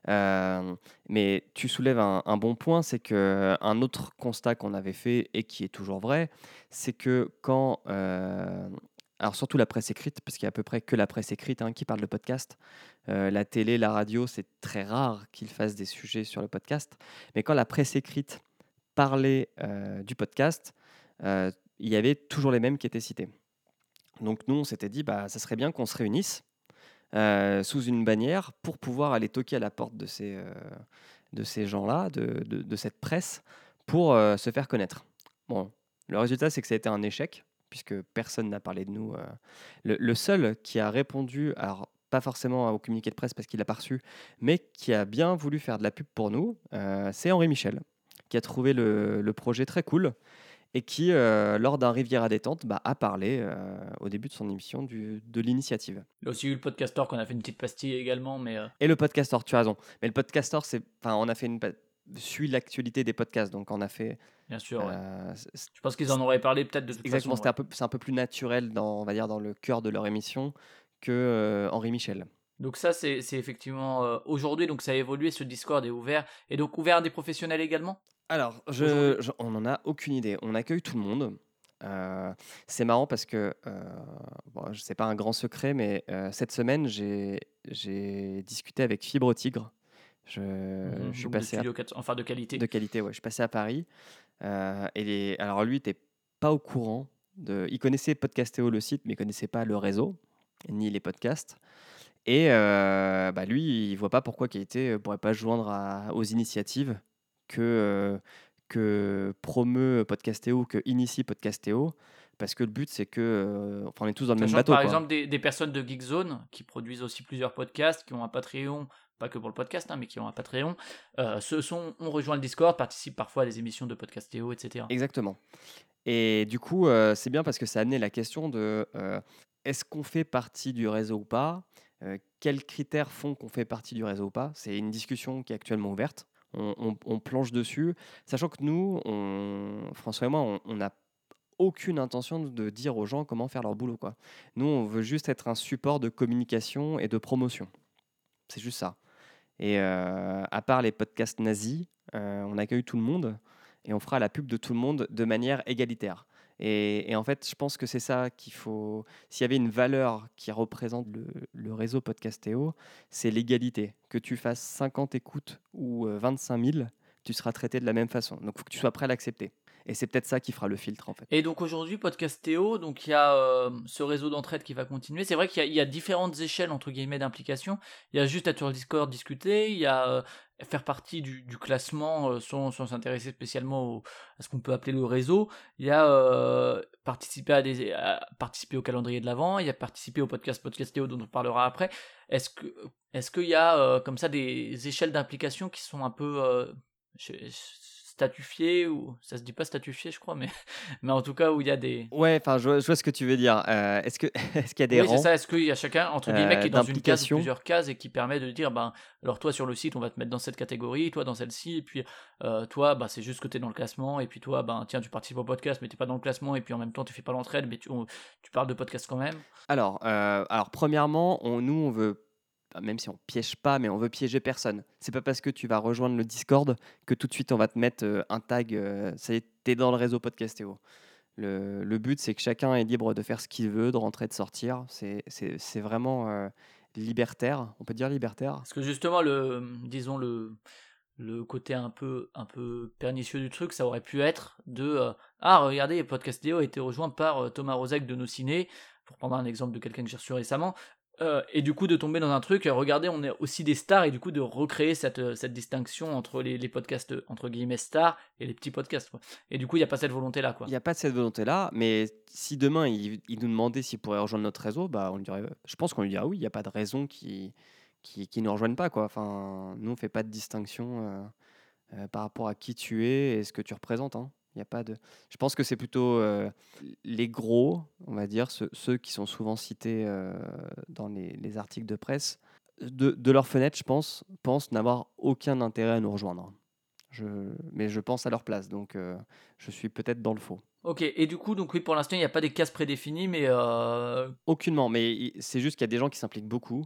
[SPEAKER 5] Euh, mais tu soulèves un, un bon point, c'est que un autre constat qu'on avait fait et qui est toujours vrai, c'est que quand, euh, alors surtout la presse écrite, parce qu'il y a à peu près que la presse écrite hein, qui parle de podcast, euh, la télé, la radio, c'est très rare qu'ils fassent des sujets sur le podcast, mais quand la presse écrite parlait euh, du podcast, euh, il y avait toujours les mêmes qui étaient cités. Donc nous, on s'était dit, bah, ça serait bien qu'on se réunisse euh, sous une bannière pour pouvoir aller toquer à la porte de ces, euh, de ces gens-là, de, de, de cette presse, pour euh, se faire connaître. Bon, le résultat, c'est que ça a été un échec, puisque personne n'a parlé de nous. euh. Le, le seul qui a répondu, alors pas forcément au communiqué de presse parce qu'il l'a pas reçu, mais qui a bien voulu faire de la pub pour nous, euh, c'est Henri Michel, qui a trouvé le, le projet très cool et qui, euh, lors d'un Rivière à détente, bah, a parlé euh, au début de son émission du, de l'initiative.
[SPEAKER 2] Il y a aussi eu le podcasteur qu'on a fait une petite pastille également, mais euh,
[SPEAKER 5] Et le podcastor, tu as raison. Mais le podcastor, c'est, enfin, on a fait une pa- suit l'actualité des podcasts, donc on a fait.
[SPEAKER 2] bien sûr, ouais.
[SPEAKER 5] euh, c'est- c'est-
[SPEAKER 2] Je pense qu'ils en auraient parlé peut-être de toute
[SPEAKER 5] exactement,
[SPEAKER 2] façon.
[SPEAKER 5] c'était
[SPEAKER 2] ouais.
[SPEAKER 5] un peu, c'est un peu plus naturel dans, on va dire, dans le cœur de leur émission que euh, Henri Michel.
[SPEAKER 2] Donc ça, c'est c'est effectivement euh, aujourd'hui, donc ça a évolué, ce Discord est ouvert, et donc ouvert à des professionnels également.
[SPEAKER 5] Alors, je,
[SPEAKER 2] Aujourd'hui.
[SPEAKER 5] je- on n'en a aucune idée. On accueille tout le monde. Euh, c'est marrant parce que, euh, bon, je sais pas un grand secret, mais euh, cette semaine, j'ai, j'ai discuté avec Fibre Tigre. Je,
[SPEAKER 2] Mhm,
[SPEAKER 5] je suis
[SPEAKER 2] donc de
[SPEAKER 5] passé à
[SPEAKER 2] studio quatre cents, enfin de qualité.
[SPEAKER 5] de qualité, ouais. Je suis passé à Paris. euh, et les- alors lui, n'était pas au courant. De, il connaissait Podcastéo, le site, mais il connaissait pas le réseau, ni les podcasts. Et euh, bah, lui, il voit pas pourquoi Qualité ne pourrait pas se joindre à- aux initiatives que, euh, que promeut Podcastéo, que initie Podcastéo, parce que le but, c'est que, euh, enfin, on est tous dans le même
[SPEAKER 2] Sachant que
[SPEAKER 5] bateau,
[SPEAKER 2] par
[SPEAKER 5] quoi.
[SPEAKER 2] exemple, des, des personnes de Geekzone qui produisent aussi plusieurs podcasts, qui ont un Patreon, pas que pour le podcast, hein, mais qui ont un Patreon, euh, se sont, ont rejoint le Discord, participent parfois à des émissions de Podcastéo, et cetera.
[SPEAKER 5] Exactement. Et du coup, euh, c'est bien parce que ça a amené la question de euh, est-ce qu'on fait partie du réseau ou pas? Euh, Quels critères font qu'on fait partie du réseau ou pas? C'est une discussion qui est actuellement ouverte. On, on- on planche dessus, sachant que nous, on, François et moi, on on n'a aucune intention de dire aux gens comment faire leur boulot, quoi. Nous, on veut juste être un support de communication et de promotion. C'est juste ça. Et euh, à part les podcasts nazis, euh, on accueille tout le monde et on fera la pub de tout le monde de manière égalitaire. Et, et en fait, je pense que c'est ça qu'il faut. S'il y avait une valeur qui représente le, le réseau Podcastéo, c'est l'égalité. Que tu fasses cinquante écoutes ou euh, vingt-cinq mille, tu seras traité de la même façon. Donc, il faut que tu sois prêt à l'accepter. Et c'est peut-être ça qui fera le filtre, en fait.
[SPEAKER 2] Et donc aujourd'hui, Podcastéo, donc il y a euh, ce réseau d'entraide qui va continuer. C'est vrai qu'il y, a- il y a différentes échelles entre guillemets d'implication. Il y a juste être sur le Discord discuter, il y a euh, faire partie du, du classement euh, sans, sans s'intéresser spécialement au- à ce qu'on peut appeler le réseau. Il y a euh, participer à des à participer au calendrier de l'avant. Il y a participer au podcast Podcastéo dont on parlera après. Est-ce que est-ce qu'il y a euh, comme ça des échelles d'implication qui sont un peu euh, je- statufiées, ou ça se dit pas statufié je crois, mais mais en tout cas où il y a des...
[SPEAKER 5] Ouais, enfin, je, vois je vois ce que tu veux dire. Euh, est-ce que est-ce qu'il y a des
[SPEAKER 2] Oui, c'est
[SPEAKER 5] rangs
[SPEAKER 2] ça. Est-ce qu'il y a chacun, entre guillemets,
[SPEAKER 5] euh,
[SPEAKER 2] qui est dans une case ou
[SPEAKER 5] d'implication?
[SPEAKER 2] plusieurs cases et qui permet de dire, ben, alors toi sur le site, on va te mettre dans cette catégorie, toi dans celle-ci, et puis euh, toi, bah, c'est juste que t'es dans le classement, et puis toi, ben, tiens, tu participes au podcast, mais t'es pas dans le classement, et puis en même temps, tu fais pas l'entraide, mais tu, on- tu parles de podcast quand même.
[SPEAKER 5] Alors, euh, alors premièrement, on, nous, on veut, bah, même si on piège pas, mais on veut piéger personne. C'est pas parce que tu vas rejoindre le Discord que tout de suite on va te mettre euh, un tag. Euh, ça y est, t'es dans le réseau Podcastéo. Le, le but, c'est que chacun est libre de faire ce qu'il veut, de rentrer, de sortir. C'est, c'est, c'est vraiment euh, libertaire. On peut dire libertaire.
[SPEAKER 2] Parce que justement, le, disons, le, le côté un peu, un peu pernicieux du truc, ça aurait pu être de euh, ah, regardez, Podcastéo a été rejoint par euh, Thomas Rozek de Nos Ciné, pour prendre un exemple de quelqu'un que j'ai reçu récemment, euh, et du coup de tomber dans un truc, euh, regardez, on est aussi des stars, et du coup de recréer cette, euh, cette distinction entre les, les podcasts entre guillemets stars et les petits podcasts, quoi. Et du coup, il n'y a pas cette volonté-là, quoi.
[SPEAKER 5] Il n'y a pas de cette volonté-là, mais si demain il, il nous demandait s'il pourrait rejoindre notre réseau, bah on lui dirait, je pense qu'on lui dirait oui, il n'y a pas de raison qu'il qui, qui nous rejoignent pas, quoi. Enfin, nous on fait pas de distinction euh, euh, par rapport à qui tu es et ce que tu représentes, hein. Il y a pas de. Je pense que c'est plutôt euh, les gros, on va dire, ceux, ceux qui sont souvent cités euh, dans les, les articles de presse, de, de leur fenêtre, je pense, pensent n'avoir aucun intérêt à nous rejoindre. Je, mais je pense à leur place, donc euh, je suis peut-être dans le faux.
[SPEAKER 2] Ok, et du coup, donc oui, pour l'instant, il n'y a pas des cases prédéfinies, mais euh,
[SPEAKER 5] Aucunement, mais i- c'est juste qu'il y a des gens qui s'impliquent beaucoup,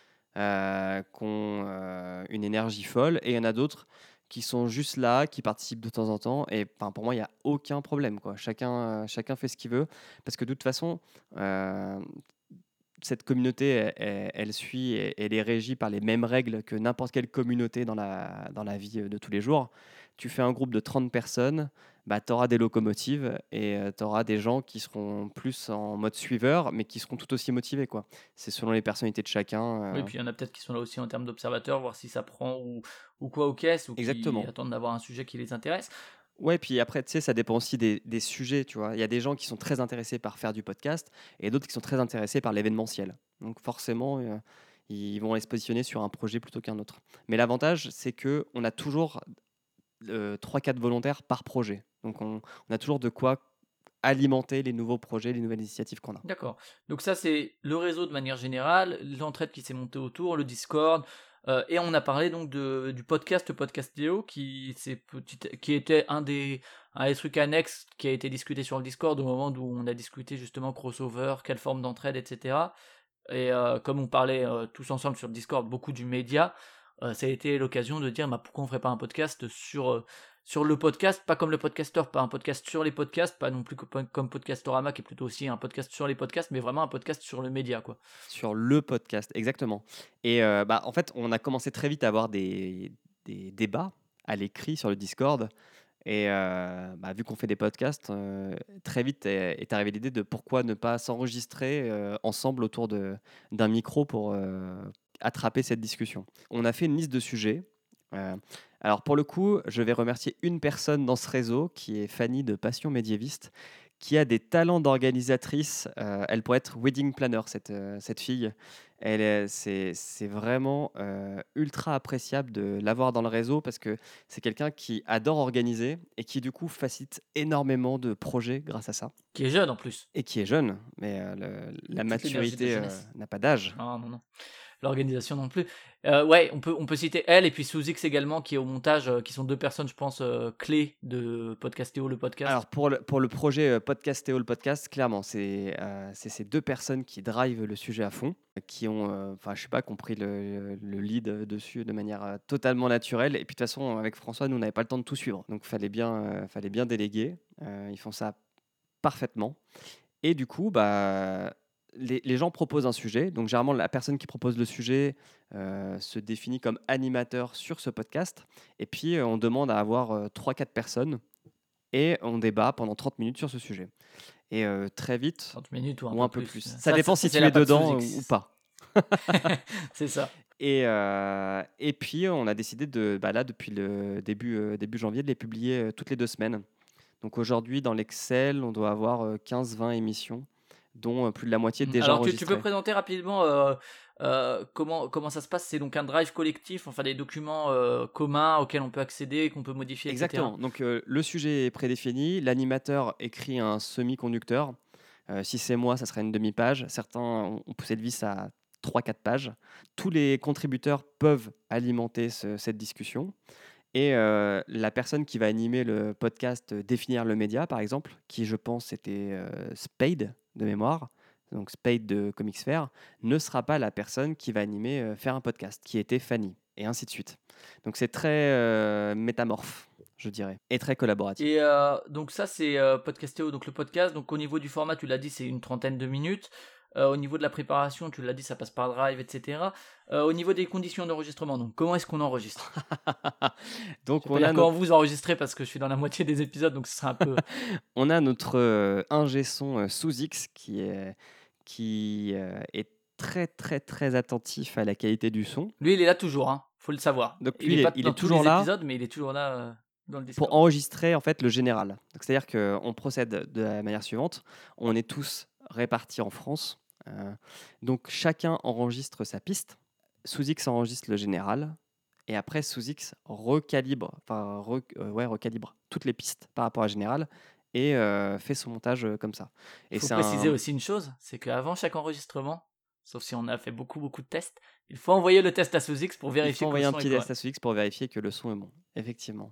[SPEAKER 5] euh, qui ont euh, une énergie folle, et il y en a d'autres qui sont juste là, qui participent de temps en temps, et enfin, pour moi, il n'y a aucun problème, quoi. Chacun, euh, chacun fait ce qu'il veut, parce que de toute façon, euh, cette communauté, elle, elle- elle suit, et elle est régie par les mêmes règles que n'importe quelle communauté dans la, dans la vie euh, de tous les jours. Tu fais un groupe de trente personnes, bah, tu auras des locomotives et tu auras des gens qui seront plus en mode suiveur, mais qui seront tout aussi motivés, quoi. C'est selon les personnalités de chacun.
[SPEAKER 2] oui,
[SPEAKER 5] euh,
[SPEAKER 2] puis il y en a peut-être qui sont là aussi en termes d'observateurs, voir si ça prend ou, ou quoi aux caisses, ou qui
[SPEAKER 5] Exactement.
[SPEAKER 2] attendent d'avoir un sujet qui les intéresse.
[SPEAKER 5] Ouais, puis après, tu sais, ça dépend aussi des, des sujets, tu vois. Il y a des gens qui sont très intéressés par faire du podcast et d'autres qui sont très intéressés par l'événementiel. Donc forcément, euh, ils vont aller se positionner sur un projet plutôt qu'un autre. Mais l'avantage, c'est que on a toujours euh, trois quatre volontaires par projet. Donc on, on a toujours de quoi alimenter les nouveaux projets, les nouvelles initiatives qu'on a.
[SPEAKER 2] D'accord. Donc ça, c'est le réseau de manière générale, l'entraide qui s'est montée autour, le Discord, euh, et on a parlé donc de, du podcast Podcastéo, qui, c'est petit, qui était un des, un des trucs annexes qui a été discuté sur le Discord au moment où on a discuté justement crossover, quelle forme d'entraide, et cetera. Et euh, comme on parlait euh, tous ensemble sur le Discord, beaucoup du média, euh, ça a été l'occasion de dire bah, pourquoi on ferait pas un podcast sur, euh, sur le podcast, pas comme le podcasteur, pas un podcast sur les podcasts, pas non plus comme, comme Podcastorama qui est plutôt aussi un podcast sur les podcasts, mais vraiment un podcast sur le média, quoi.
[SPEAKER 5] Sur le podcast, exactement. Et euh, bah, en fait, on a commencé très vite à avoir des, des débats à l'écrit sur le Discord. Et euh, bah, vu qu'on fait des podcasts, euh, très vite est, est arrivée l'idée de pourquoi ne pas s'enregistrer euh, ensemble autour de, d'un micro pour euh, attraper cette discussion. On a fait une liste de sujets. Euh, alors pour le coup, je vais remercier une personne dans ce réseau qui est Fanny de Passion Médiéviste, qui a des talents d'organisatrice. Euh, elle pourrait être wedding planner, cette, euh, cette fille. Elle est- c'est, c'est vraiment euh, ultra appréciable de l'avoir dans le réseau parce que c'est quelqu'un qui adore organiser et qui du coup facilite énormément de projets grâce à ça.
[SPEAKER 2] Qui est jeune en plus.
[SPEAKER 5] Et qui est jeune, mais euh, le- la
[SPEAKER 2] Toute l'énergie de
[SPEAKER 5] maturité euh,
[SPEAKER 2] jeunesse.
[SPEAKER 5] n'a pas d'âge.
[SPEAKER 2] Non, non, non. L'organisation non plus. Euh, ouais, on peut, on peut citer elle et puis Sous X également qui est au montage, euh, qui sont deux personnes, je pense, euh, clés de Podcastéo, le podcast.
[SPEAKER 5] Alors pour le, pour le projet euh, Podcastéo, le podcast, clairement, c'est euh, c'est ces deux personnes qui drivent le sujet à fond, qui ont, euh, enfin je sais pas, compris le, le lead dessus de manière euh, totalement naturelle. Et puis de toute façon, avec François, nous on n'avait pas le temps de tout suivre, donc fallait bien, euh, fallait bien déléguer. Euh, ils font ça parfaitement. Et du coup, bah, les, les gens proposent un sujet. Donc, généralement, la personne qui propose le sujet euh, se définit comme animateur sur ce podcast. Et puis, euh, on demande à avoir euh, trois quatre personnes et on débat pendant trente minutes sur ce sujet. Et euh, très vite,
[SPEAKER 2] trente minutes ou un,
[SPEAKER 5] ou
[SPEAKER 2] peu,
[SPEAKER 5] un peu
[SPEAKER 2] plus.
[SPEAKER 5] plus. Ça,
[SPEAKER 2] Ça,
[SPEAKER 5] dépend
[SPEAKER 2] ça,
[SPEAKER 5] si
[SPEAKER 2] c'est
[SPEAKER 5] tu
[SPEAKER 2] la
[SPEAKER 5] es
[SPEAKER 2] patte
[SPEAKER 5] dedans
[SPEAKER 2] Sous X.
[SPEAKER 5] ou pas.
[SPEAKER 2] C'est ça.
[SPEAKER 5] Et, euh, et puis, on a décidé de, bah là, depuis le début, euh, début janvier, de les publier euh, toutes les deux semaines. Donc aujourd'hui, dans l'Excel, on doit avoir euh, quinze vingt émissions, dont euh, plus de la moitié
[SPEAKER 2] Mm.
[SPEAKER 5] déjà
[SPEAKER 2] Alors, tu, tu
[SPEAKER 5] enregistrées.
[SPEAKER 2] peux présenter rapidement euh, euh, comment, comment ça se passe. C'est donc un drive collectif, enfin des documents euh, communs auxquels on peut accéder, qu'on peut modifier,
[SPEAKER 5] Exactement.
[SPEAKER 2] et cetera.
[SPEAKER 5] Donc euh, le sujet est prédéfini, l'animateur écrit un semi-conducteur. Euh, si c'est moi, ça serait une demi-page. Certains ont ont poussé le vice à trois quatre pages. Tous les contributeurs peuvent alimenter ce- cette discussion. Et euh, la personne qui va animer le podcast euh, Définir le média, par exemple, qui je pense était euh, Spade de mémoire, donc Spade de Comics Fair, ne sera pas la personne qui va animer euh, Faire un podcast, qui était Fanny, et ainsi de suite. Donc c'est très euh, métamorphe, je dirais, et très collaboratif.
[SPEAKER 2] Et euh, donc ça c'est euh, Podcastéo, donc le podcast. Donc au niveau du format, tu l'as dit, c'est une trentaine de minutes. Euh, au niveau de la préparation, tu l'as dit, ça passe par Drive, et cetera. Euh, au niveau des conditions d'enregistrement, donc comment est-ce qu'on enregistre?
[SPEAKER 5] Donc
[SPEAKER 2] Je vais
[SPEAKER 5] on
[SPEAKER 2] pas
[SPEAKER 5] a,
[SPEAKER 2] dire comment
[SPEAKER 5] notre,
[SPEAKER 2] vous enregistrez parce que je suis dans la moitié des épisodes, donc ce sera un peu.
[SPEAKER 5] on a notre euh, ingé son euh, sous X qui est, qui, euh, est très très très attentif à la qualité du son.
[SPEAKER 2] Lui, il est là toujours, hein. Faut le savoir.
[SPEAKER 5] Donc
[SPEAKER 2] il
[SPEAKER 5] lui,
[SPEAKER 2] est
[SPEAKER 5] il
[SPEAKER 2] pas
[SPEAKER 5] est- il
[SPEAKER 2] dans
[SPEAKER 5] est
[SPEAKER 2] tous
[SPEAKER 5] toujours
[SPEAKER 2] les
[SPEAKER 5] là.
[SPEAKER 2] épisodes, mais il est toujours là euh, dans le Discord.
[SPEAKER 5] Pour enregistrer en fait le général. Donc, c'est-à-dire qu'on procède de la manière suivante. On est tous répartis en France. Euh, donc chacun enregistre sa piste. Sous-X enregistre le général. Et après, Sous-X recalibre, enfin, re- euh, ouais, recalibre toutes les pistes par rapport à général et euh, fait son montage euh, comme ça. Et
[SPEAKER 2] Il faut
[SPEAKER 5] c'est
[SPEAKER 2] préciser
[SPEAKER 5] un...
[SPEAKER 2] aussi une chose, c'est qu'avant chaque enregistrement, sauf si on a fait beaucoup beaucoup de tests, il faut envoyer le test à Sous-X pour
[SPEAKER 5] Il
[SPEAKER 2] vérifier
[SPEAKER 5] faut
[SPEAKER 2] que
[SPEAKER 5] envoyer
[SPEAKER 2] le
[SPEAKER 5] un
[SPEAKER 2] son
[SPEAKER 5] petit
[SPEAKER 2] est
[SPEAKER 5] test
[SPEAKER 2] correct.
[SPEAKER 5] à Sous-X pour vérifier que le son est bon. Effectivement.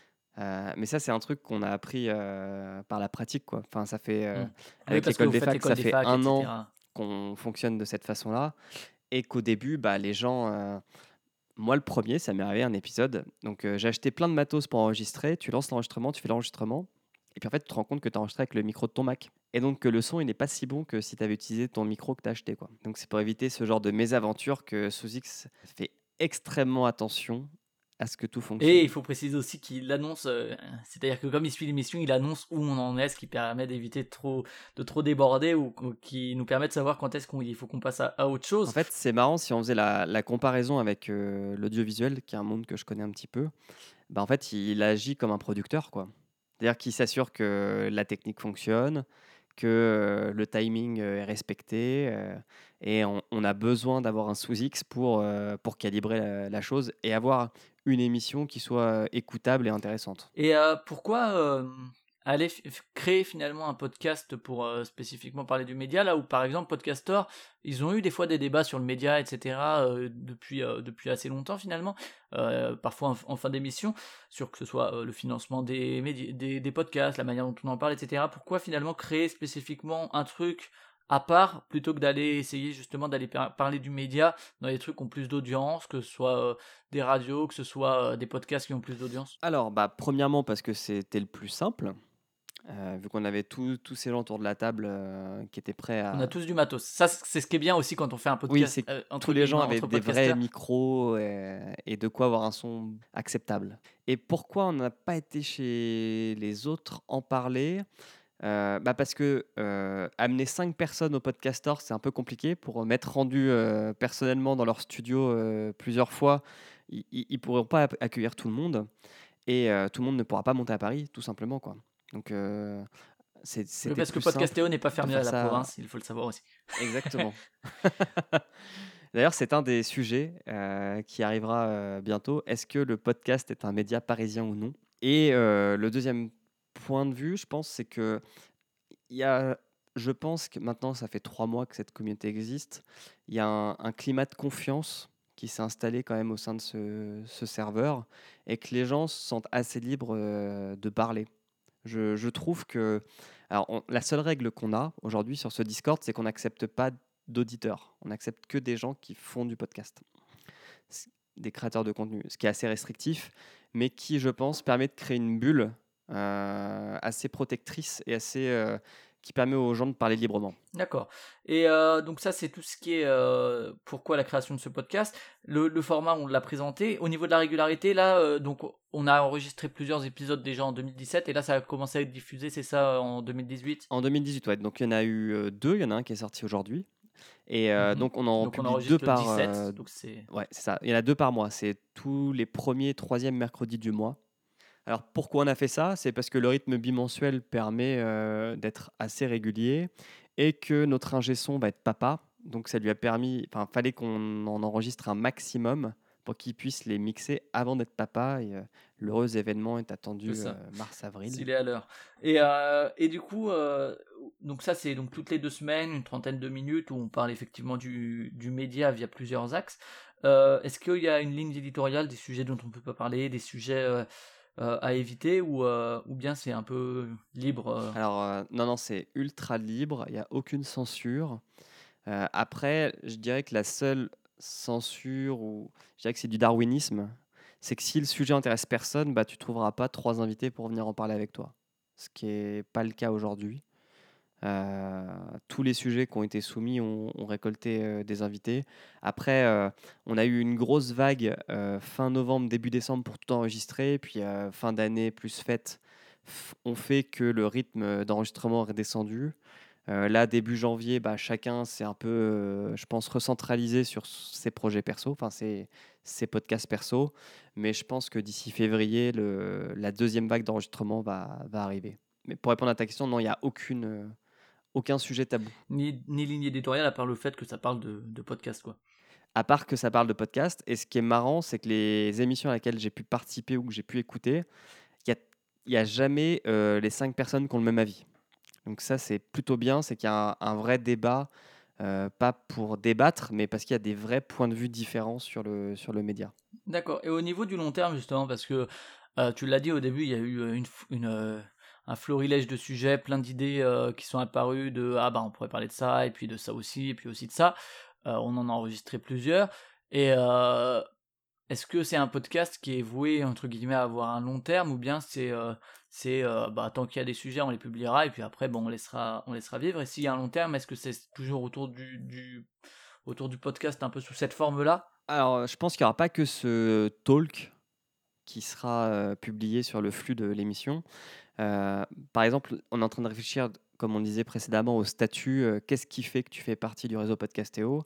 [SPEAKER 5] Euh, mais ça, c'est un truc qu'on a appris euh, par la pratique, quoi. Enfin, ça fait euh,
[SPEAKER 2] Mm. Oui,
[SPEAKER 5] avec
[SPEAKER 2] parce que
[SPEAKER 5] l'école
[SPEAKER 2] vous
[SPEAKER 5] des
[SPEAKER 2] faites
[SPEAKER 5] facs,
[SPEAKER 2] l'école
[SPEAKER 5] ça
[SPEAKER 2] des
[SPEAKER 5] fait
[SPEAKER 2] facs,
[SPEAKER 5] un an
[SPEAKER 2] et cetera.
[SPEAKER 5] qu'on fonctionne de cette façon-là, et qu'au début, bah, les gens, euh, moi le premier, ça m'est arrivé un épisode. Donc, euh, j'ai acheté plein de matos pour enregistrer. Tu lances l'enregistrement, tu fais l'enregistrement, et puis en fait, tu te rends compte que tu as enregistré avec le micro de ton Mac, et donc que le son, il n'est pas si bon que si tu avais utilisé ton micro que tu as acheté, quoi. Donc, c'est pour éviter ce genre de mésaventure que Sous-X fait extrêmement attention à ce que tout fonctionne.
[SPEAKER 2] Et il faut préciser aussi qu'il annonce, euh, c'est-à-dire que comme il suit l'émission, il annonce où on en est, ce qui permet d'éviter de trop, de trop déborder ou, ou qui nous permet de savoir quand est-ce qu'il faut qu'on passe à, à autre chose.
[SPEAKER 5] En fait, c'est marrant si on faisait la, la comparaison avec euh, l'audiovisuel, qui est un monde que je connais un petit peu. Bah, en fait, il agit comme un producteur, quoi. C'est-à-dire qu'il s'assure que la technique fonctionne, que euh, le timing euh, est respecté, euh, et on, on a besoin d'avoir un sous-X pour, euh, pour calibrer la, la chose et avoir une émission qui soit euh, écoutable et intéressante.
[SPEAKER 2] Et euh, pourquoi euh, aller f- f- créer finalement un podcast pour euh, spécifiquement parler du média, là où par exemple Podcaster, ils ont eu des fois des débats sur le média, et cetera euh, depuis, euh, depuis assez longtemps finalement, euh, parfois en, en fin d'émission, sur que ce soit euh, le financement des, médi- des, des podcasts, la manière dont on en parle, et cetera. Pourquoi finalement créer spécifiquement un truc à part, plutôt que d'aller essayer justement d'aller par- parler du média dans les trucs qui ont plus d'audience, que ce soit euh, des radios, que ce soit euh, des podcasts qui ont plus d'audience?
[SPEAKER 5] Alors, bah, premièrement, parce que c'était le plus simple. euh, vu qu'on avait tous tous ces gens autour de la table euh, qui étaient prêts
[SPEAKER 2] On a
[SPEAKER 5] à...
[SPEAKER 2] tous du matos. Ça, c'est ce qui est bien aussi quand on fait un
[SPEAKER 5] Oui,
[SPEAKER 2] podcast
[SPEAKER 5] c'est que
[SPEAKER 2] euh, entre
[SPEAKER 5] tous les gens
[SPEAKER 2] guillemets,
[SPEAKER 5] avaient
[SPEAKER 2] entre
[SPEAKER 5] des vrais
[SPEAKER 2] podcasteurs.
[SPEAKER 5] micros et, et de quoi avoir un son acceptable. Et pourquoi on n'a pas été chez les autres en parler? Euh, bah parce que euh, amener cinq personnes au podcaster, c'est un peu compliqué. Pour m'être rendu euh, personnellement dans leur studio euh, plusieurs fois, ils ne pourront pas ac- accueillir tout le monde. Et euh, tout le monde ne pourra pas monter à Paris, tout simplement, quoi. Donc, euh, c'est-
[SPEAKER 2] Oui,
[SPEAKER 5] c'était
[SPEAKER 2] parce que
[SPEAKER 5] plus simple
[SPEAKER 2] Podcastéo n'est pas
[SPEAKER 5] de
[SPEAKER 2] fermé à
[SPEAKER 5] faire
[SPEAKER 2] la
[SPEAKER 5] ça
[SPEAKER 2] province, il faut le savoir aussi.
[SPEAKER 5] exactement. D'ailleurs, c'est un des sujets euh, qui arrivera euh, bientôt. Est-ce que le podcast est un média parisien ou non? Et euh, le deuxième point de vue, je pense, c'est que il y a, je pense que maintenant, ça fait trois mois que cette communauté existe. Il y a un, un climat de confiance qui s'est installé quand même au sein de ce, ce serveur et que les gens se sentent assez libres euh, de parler. Je, je trouve que alors, on- la seule règle qu'on a aujourd'hui sur ce Discord, c'est qu'on n'accepte pas d'auditeurs. On n'accepte que des gens qui font du podcast, C- des créateurs de contenu, ce qui est assez restrictif, mais qui, je pense, permet de créer une bulle euh, assez protectrice et assez euh, qui permet aux gens de parler librement.
[SPEAKER 2] D'accord. Et euh, donc ça, c'est tout ce qui est euh, pourquoi la création de ce podcast. Le, le format, on l'a présenté. Au niveau de la régularité, là, euh, donc on a enregistré plusieurs épisodes déjà en deux mille dix-sept et là, ça a commencé à être diffusé, c'est ça, en deux mille dix-huit.
[SPEAKER 5] En deux mille dix-huit, ouais, donc il y en a eu euh, deux, il y en a un qui est sorti aujourd'hui. Et euh,
[SPEAKER 2] Mhm.
[SPEAKER 5] donc on en
[SPEAKER 2] Donc on
[SPEAKER 5] publie deux
[SPEAKER 2] enregistre le
[SPEAKER 5] par... euh,
[SPEAKER 2] dix-sept, donc c'est...
[SPEAKER 5] ouais, c'est ça. Il y en a deux par mois. C'est tous les premiers et troisièmes mercredis du mois. Alors pourquoi on a fait ça? C'est parce que le rythme bimensuel permet euh, d'être assez régulier et que notre ingé son va être papa. Donc ça lui a permis, enfin fallait qu'on en enregistre un maximum pour qu'il puisse les mixer avant d'être papa. Et euh, l'heureux événement est
[SPEAKER 2] C'est
[SPEAKER 5] attendu euh,
[SPEAKER 2] ça.
[SPEAKER 5] mars-avril.
[SPEAKER 2] S'il est à l'heure. Et, euh, et du coup, euh, donc ça c'est donc toutes les deux semaines, une trentaine de minutes où on parle effectivement du, du média via plusieurs axes. Euh, est-ce qu'il y a une ligne éditoriale des sujets dont on ne peut pas parler, des sujets euh, euh, à éviter ou, euh, ou bien c'est un peu libre euh,
[SPEAKER 5] Alors euh, non, non, c'est ultra libre, il n'y a aucune censure. Euh, après, je dirais que la seule censure, ou je dirais que c'est du darwinisme, c'est que si le sujet intéresse personne, bah, tu trouveras pas trois invités pour venir en parler avec toi. Ce qui n'est pas le cas aujourd'hui. Euh, tous les sujets qui ont été soumis ont, ont récolté euh, des invités. Après, euh, on a eu une grosse vague euh, fin novembre, début décembre pour tout enregistrer. Puis euh, fin d'année plus fête f- ont fait que le rythme d'enregistrement est redescendu. Euh, là, début janvier, bah, chacun s'est un peu, euh, je pense, recentralisé sur ses projets perso, enfin ses, ses podcasts perso. Mais je pense que d'ici février, le, la deuxième vague d'enregistrement va, va arriver. Mais pour répondre à ta question, non, il n'y a aucune, euh, aucun sujet tabou.
[SPEAKER 2] ni, ni ligne éditoriale à part le fait que ça parle de, de podcast quoi.
[SPEAKER 5] À part que ça parle de podcast. Et ce qui est marrant, c'est que les émissions à laquelle j'ai pu participer ou que j'ai pu écouter, il n'y a, il y a jamais euh, les cinq personnes qui ont le même avis. Donc ça, c'est plutôt bien, c'est qu'il y a un, un vrai débat, euh, pas pour débattre, mais parce qu'il y a des vrais points de vue différents sur le, sur le média.
[SPEAKER 2] D'accord. Et au niveau du long terme justement, parce que euh, tu l'as dit au début, il y a eu euh, une, f- une, euh, un florilège de sujets, plein d'idées euh, qui sont apparues de ah bah on pourrait parler de ça et puis de ça aussi et puis aussi de ça. Euh, on en a enregistré plusieurs. Et euh, est-ce que c'est un podcast qui est voué entre guillemets à avoir un long terme ou bien c'est euh, c'est euh, bah tant qu'il y a des sujets on les publiera et puis après bon on laissera on laissera vivre. Et s'il y a un long terme, est-ce que c'est toujours autour du, du autour du podcast un peu sous cette forme-là?
[SPEAKER 5] Alors, je pense qu'il n'y aura pas que ce talk qui sera euh, publié sur le flux de l'émission. Euh, par exemple, on est en train de réfléchir, comme on disait précédemment, au statut. euh, Qu'est-ce qui fait que tu fais partie du réseau Podcastéo?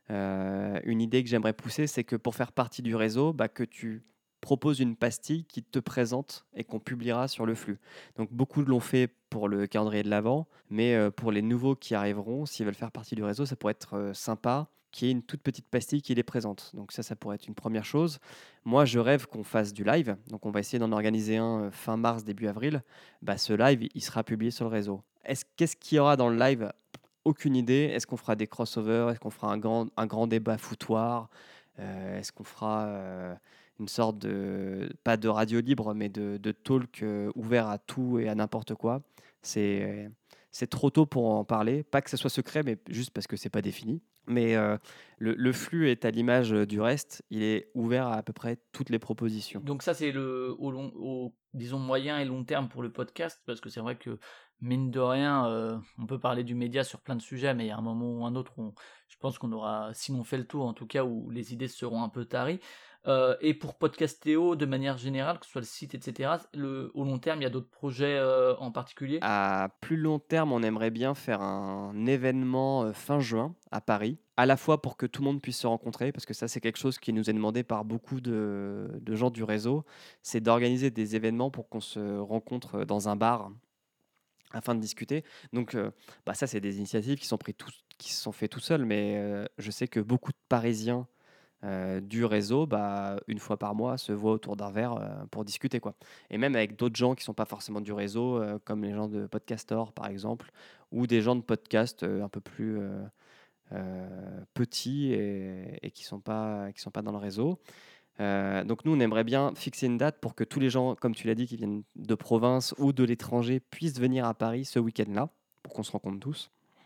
[SPEAKER 5] Euh, Une idée que j'aimerais pousser, c'est que pour faire partie du réseau, bah, que tu proposes une pastille qui te présente et qu'on publiera sur le flux. Donc beaucoup l'ont fait pour le calendrier de l'Avent, mais euh, pour les nouveaux qui arriveront, s'ils veulent faire partie du réseau, ça pourrait être euh, sympa qu'il y ait une toute petite pastille qui les présente. Donc ça, ça pourrait être une première chose. Moi, je rêve qu'on fasse du live. Donc on va essayer d'en organiser un euh, fin mars, début avril. Bah, ce live, il sera publié sur le réseau. Est-ce, qu'est-ce qu'il y aura dans le live? Aucune idée. Est-ce qu'on fera des crossovers? Est-ce qu'on fera un grand, un grand débat foutoir? Euh, Est-ce qu'on fera euh, une sorte de, pas de radio libre, mais de, de talk euh, ouvert à tout et à n'importe quoi? C'est, c'est trop tôt pour en parler. Pas que ce soit secret, mais juste parce que c'est pas défini. Mais euh, le, le flux est à l'image du reste, il est ouvert à à peu près toutes les propositions.
[SPEAKER 2] Donc ça, c'est le au long, au, disons moyen et long terme pour le podcast, parce que c'est vrai que mine de rien, euh, on peut parler du média sur plein de sujets, mais il y a un moment ou un autre où on- je pense qu'on aura, sinon fait le tour, en tout cas où les idées seront un peu taries. Euh, et pour Podcastéo, de manière générale, que ce soit le site, et cetera, le, au long terme, il y a d'autres projets euh, en particulier.
[SPEAKER 5] À plus long terme, on aimerait bien faire un événement euh, fin juin à Paris, à la fois pour que tout le monde puisse se rencontrer, parce que ça c'est quelque chose qui nous est demandé par beaucoup de, de gens du réseau, c'est d'organiser des événements pour qu'on se rencontre dans un bar afin de discuter. Donc euh, bah, ça c'est des initiatives qui sont, pris tout, qui se sont faites tout seuls, mais euh, je sais que beaucoup de Parisiens euh, du réseau, bah, une fois par mois, se voient autour d'un verre euh, pour discuter, quoi. Et même avec d'autres gens qui sont pas forcément du réseau, euh, comme les gens de Podcastor, par exemple, ou des gens de podcast euh, un peu plus euh, euh, petits et, et qui sont pas qui sont pas dans le réseau. Euh, donc nous, on aimerait bien fixer une date pour que tous les gens, comme tu l'as dit, qui viennent de province ou de l'étranger, puissent venir à Paris ce week-end-là, pour qu'on se rencontre tous.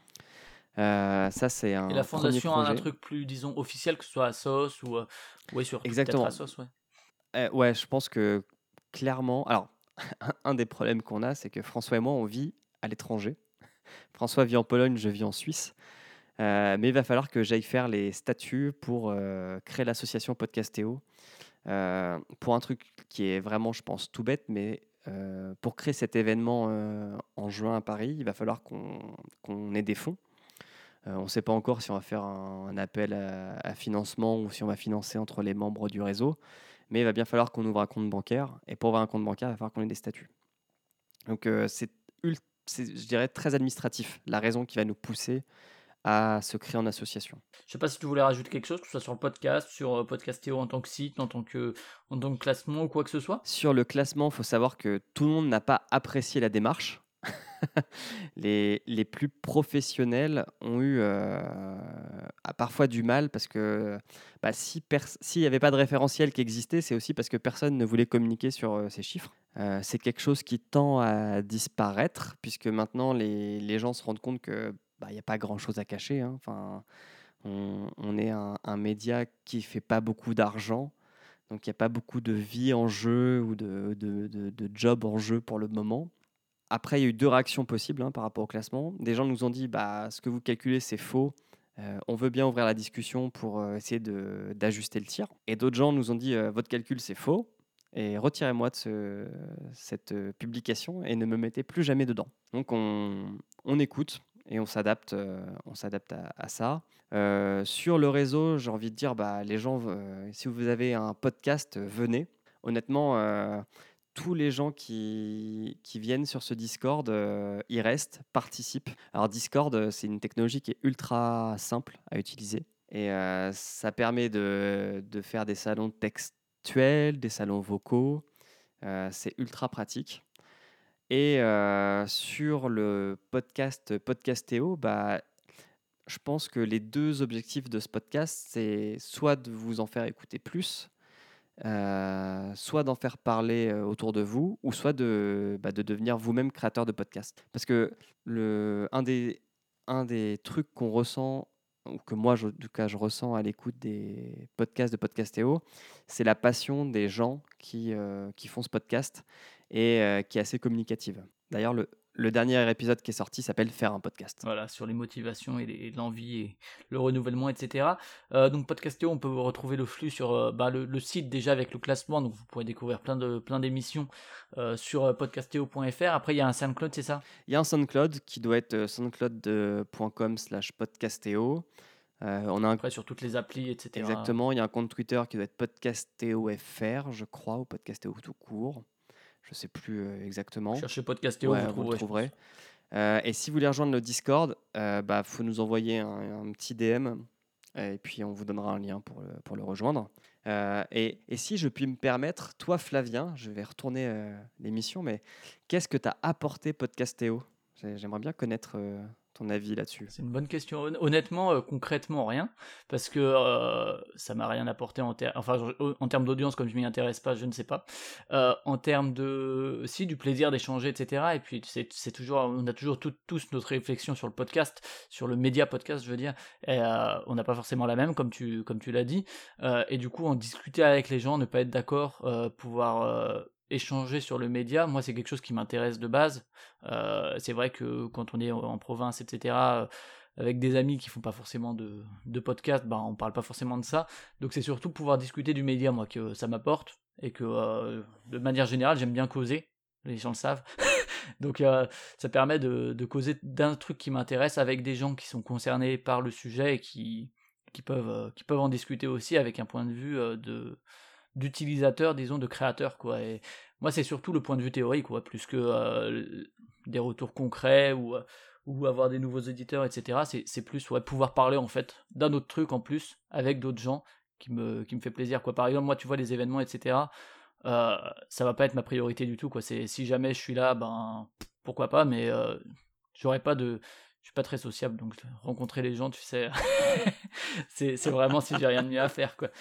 [SPEAKER 5] Euh, ça, c'est
[SPEAKER 2] Et la
[SPEAKER 5] un premier
[SPEAKER 2] fondation a un
[SPEAKER 5] projet.
[SPEAKER 2] truc plus, disons, officiel, que ce soit à Sos ou euh, ouais, surtout peut-être à
[SPEAKER 5] Exactement.
[SPEAKER 2] Sos, ouais.
[SPEAKER 5] Euh, ouais, je pense que clairement. Alors, un, un des problèmes qu'on a, c'est que François et moi, on vit à l'étranger. François vit en Pologne, je vis en Suisse. Euh, mais il va falloir que j'aille faire les statuts pour euh, créer l'association Podcastéo. Euh, pour un truc qui est vraiment, je pense, tout bête, mais euh, pour créer cet événement euh, en juin à Paris, il va falloir qu'on qu'on ait des fonds. Euh, on ne sait pas encore si on va faire un, un appel à, à financement ou si on va financer entre les membres du réseau. Mais il va bien falloir qu'on ouvre un compte bancaire. Et pour ouvrir un compte bancaire, il va falloir qu'on ait des statuts. Donc euh, c'est, ult- c'est, je dirais, très administratif, la raison qui va nous pousser à se créer en association.
[SPEAKER 2] Je sais pas si tu voulais rajouter quelque chose, que ce soit sur le podcast, sur euh, Podcastéo en tant que site, en tant que, en tant que classement ou quoi que ce soit.
[SPEAKER 5] Sur le classement, il faut savoir que tout le monde n'a pas apprécié la démarche. les, les plus professionnels ont eu euh, a parfois du mal parce que bah, si pers- s'il n'y avait pas de référentiel qui existait, c'est aussi parce que personne ne voulait communiquer sur euh, ces chiffres. Euh, c'est quelque chose qui tend à disparaître puisque maintenant les, les gens se rendent compte que bah, il n'y a pas grand-chose à cacher, hein. Enfin, on, on est un, un média qui fait pas beaucoup d'argent. Donc il n'y a pas beaucoup de vie en jeu ou de, de, de, de job en jeu pour le moment. Après, il y a eu deux réactions possibles hein, par rapport au classement. Des gens nous ont dit bah, ce que vous calculez, c'est faux. Euh, on veut bien ouvrir la discussion pour euh, essayer de- d'ajuster le tir. Et d'autres gens nous ont dit euh, votre calcul, c'est faux. Et retirez-moi de ce- cette euh, publication et ne me mettez plus jamais dedans. Donc on, on écoute et on s'adapte euh, on s'adapte à, à ça. Euh, sur le réseau, j'ai envie de dire bah, les gens, euh, si vous avez un podcast, euh, venez. Honnêtement, euh, tous les gens qui, qui viennent sur ce Discord, euh, ils restent, participent. Alors Discord, euh, c'est une technologie qui est ultra simple à utiliser. Et euh, ça permet de, de faire des salons textuels, des salons vocaux. Euh, c'est ultra pratique. Et euh, sur le podcast Podcastéo, bah, je pense que les deux objectifs de ce podcast, c'est soit de vous en faire écouter plus, euh, soit d'en faire parler euh, autour de vous, ou soit de, bah, de devenir vous-même créateur de podcast. Parce que le, un, des, un des trucs qu'on ressent, ou que moi, je, en tout cas, je ressens à l'écoute des podcasts de Podcastéo, c'est la passion des gens qui, euh, qui font ce podcast et euh, qui est assez communicative. D'ailleurs, le, le dernier épisode qui est sorti s'appelle Faire un podcast.
[SPEAKER 2] Voilà, sur les motivations et, les- et l'envie et le renouvellement, et cetera. Euh, donc Podcastéo, on peut retrouver le flux sur euh, bah, le, le site déjà avec le classement, donc vous pourrez découvrir plein de plein d'émissions euh, sur euh, podcastéo point f r. Après, il y a un SoundCloud, c'est ça?
[SPEAKER 5] Il y a un SoundCloud qui doit être euh, soundcloud point com slash podcastéo. Euh, on a un
[SPEAKER 2] Après, sur toutes les applis, et cetera.
[SPEAKER 5] Exactement, il y a un compte Twitter qui doit être podcastéofr, je crois, ou podcastéo tout court. Je sais plus euh, exactement.
[SPEAKER 2] Cherchez Podcastéo,
[SPEAKER 5] Ouais,
[SPEAKER 2] vous
[SPEAKER 5] vous
[SPEAKER 2] trouverez.
[SPEAKER 5] le
[SPEAKER 2] je
[SPEAKER 5] trouverez.
[SPEAKER 2] pense.
[SPEAKER 5] Euh, et si vous voulez rejoindre le Discord, il bah, faut nous envoyer un, un petit D M et puis on vous donnera un lien pour le, pour le rejoindre. Euh, et, et si je puis me permettre, toi Flavien, je vais retourner euh, l'émission, mais qu'est-ce que tu as apporté Podcastéo? J'ai- J'aimerais bien connaître euh, ton avis là-dessus?
[SPEAKER 2] C'est une bonne question. Hon- Honnêtement, euh, concrètement, rien. Parce que euh, ça m'a rien apporté en, ter- enfin, je- en termes d'audience, comme je m'y intéresse pas, je ne sais pas. Euh, en termes de. Si, du plaisir d'échanger, et cetera. Et puis, c'est c'est toujours, on a toujours tout- tous notre réflexion sur le podcast, sur le média podcast, je veux dire. Et euh, on n'a pas forcément la même, comme tu, comme tu l'as dit. Euh, et du coup, en discuter avec les gens, ne pas être d'accord, euh, pouvoir. euh, échanger sur le média, moi c'est quelque chose qui m'intéresse de base. Euh, c'est vrai que quand on est en province, et cetera, avec des amis qui font pas forcément de, de podcast, ben on parle pas forcément de ça. Donc c'est surtout pouvoir discuter du média, moi, que ça m'apporte, et que euh, de manière générale, j'aime bien causer, les gens le savent. Donc euh, ça permet de, de causer d'un truc qui m'intéresse avec des gens qui sont concernés par le sujet et qui, qui, peuvent, euh, qui peuvent en discuter aussi avec un point de vue euh, de d'utilisateur, disons, de créateur, quoi. Et moi, c'est surtout le point de vue théorique, quoi, plus que euh, des retours concrets ou, euh, ou avoir des nouveaux éditeurs, et cetera. C'est, c'est plus ouais, pouvoir parler, en fait, d'un autre truc en plus, avec d'autres gens, qui me, qui me fait plaisir, quoi. Par exemple, moi, tu vois, les événements, et cetera, euh, ça va pas être ma priorité du tout, quoi. C'est, si jamais je suis là, ben, pourquoi pas, mais euh, j'aurais pas de... Je suis pas très sociable, donc rencontrer les gens, tu sais, c'est, c'est vraiment si j'ai rien de mieux à faire, quoi.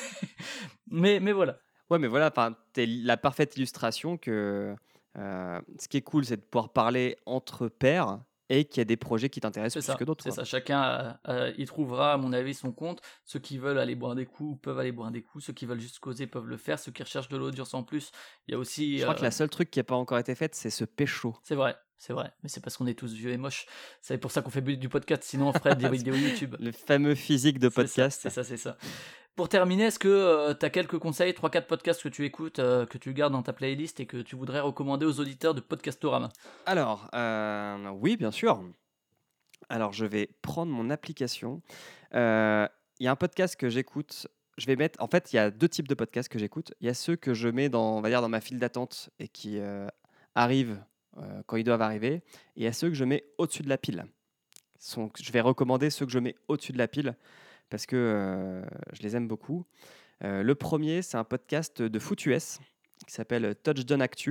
[SPEAKER 2] mais, mais voilà.
[SPEAKER 5] Ouais, mais voilà, enfin, tu es la parfaite illustration que euh, ce qui est cool, c'est de pouvoir parler entre pairs et qu'il y a des projets qui t'intéressent
[SPEAKER 2] C'est
[SPEAKER 5] plus
[SPEAKER 2] ça,
[SPEAKER 5] que d'autres,
[SPEAKER 2] c'est
[SPEAKER 5] quoi.
[SPEAKER 2] ça. Chacun euh, euh, y trouvera, à mon avis, son compte. Ceux qui veulent aller boire des coups peuvent aller boire des coups. Ceux qui veulent juste causer peuvent le faire. Ceux qui recherchent de l'audience en plus, il y a aussi.
[SPEAKER 5] Je crois que
[SPEAKER 2] euh,
[SPEAKER 5] la seule truc qui n'a pas encore été faite, c'est ce pécho.
[SPEAKER 2] C'est vrai, c'est vrai. Mais c'est parce qu'on est tous vieux et moches. C'est pour ça qu'on fait du podcast. Sinon, on ferait des vidéos YouTube.
[SPEAKER 5] Le fameux physique de
[SPEAKER 2] C'est ça,
[SPEAKER 5] podcast.
[SPEAKER 2] c'est ça, c'est ça. Pour terminer, est-ce que tu as quelques conseils, trois quatre podcasts que tu écoutes, euh, que tu gardes dans ta playlist et que tu voudrais recommander aux auditeurs de Podcastorama?
[SPEAKER 5] Alors, euh, oui, bien sûr. Alors, je vais prendre mon application. Euh, Il y a un podcast que j'écoute. Je vais mettre. En fait, il y a deux types de podcasts que j'écoute. Il y a ceux que je mets dans, on va dire, dans ma file d'attente et qui euh, arrivent euh, quand ils doivent arriver. Et il y a ceux que je mets au-dessus de la pile. Sont- je vais recommander ceux que je mets au-dessus de la pile parce que euh, je les aime beaucoup. Euh, le premier, c'est un podcast de Foot U S qui s'appelle Touchdown Actu.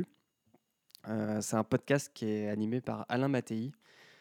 [SPEAKER 5] Euh, c'est un podcast qui est animé par Alain Mattei.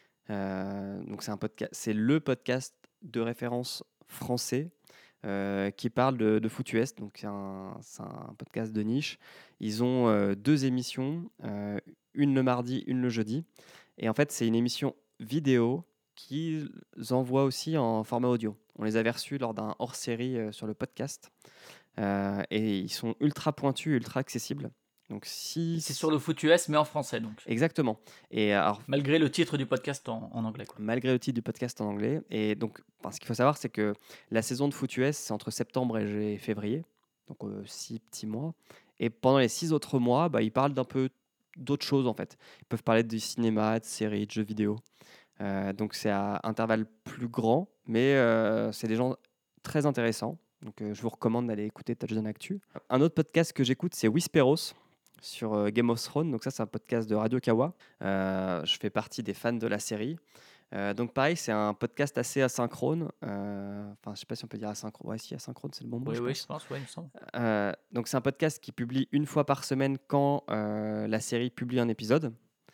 [SPEAKER 5] Euh, donc c'est un podcast, c'est le podcast de référence français euh, qui parle de, de Foot U S. Donc c'est un, c'est un podcast de niche. Ils ont euh, deux émissions, euh, une le mardi, une le jeudi. Et en fait, c'est une émission vidéo qu'ils envoient aussi en format audio. On les avait reçus lors d'un hors-série euh, sur le podcast. Euh, et ils sont ultra pointus, ultra accessibles. Donc si
[SPEAKER 2] C'est sur le foot U S, mais en français, donc.
[SPEAKER 5] exactement. Et alors
[SPEAKER 2] Malgré le titre du podcast en, en anglais, quoi.
[SPEAKER 5] malgré le titre du podcast en anglais. Et donc, enfin, ce qu'il faut savoir, c'est que la saison de Foot U S, c'est entre septembre et février, donc euh, six petits mois. Et pendant les six autres mois, bah, ils parlent d'un peu d'autres choses en fait. Ils peuvent parler du cinéma, de séries, de jeux vidéo. Euh, donc c'est à intervalles plus grands, mais euh, c'est des gens très intéressants. Donc euh, je vous recommande d'aller écouter Touchdown Actu. Un autre podcast que j'écoute, c'est Whisperos sur euh, Game of Thrones. Donc ça, c'est un podcast de Radio Kawa. Euh, je fais partie des fans de la série. Euh, donc pareil, c'est un podcast assez asynchrone. Euh, Enfin, je sais pas si on peut dire asynchrone. Ouais, si, asynchrone, c'est le bon mot,
[SPEAKER 2] Oui,
[SPEAKER 5] je
[SPEAKER 2] oui,
[SPEAKER 5] pense.
[SPEAKER 2] je pense, ouais, il me semble.
[SPEAKER 5] Euh, donc c'est un podcast qui publie une fois par semaine quand euh, la série publie un épisode.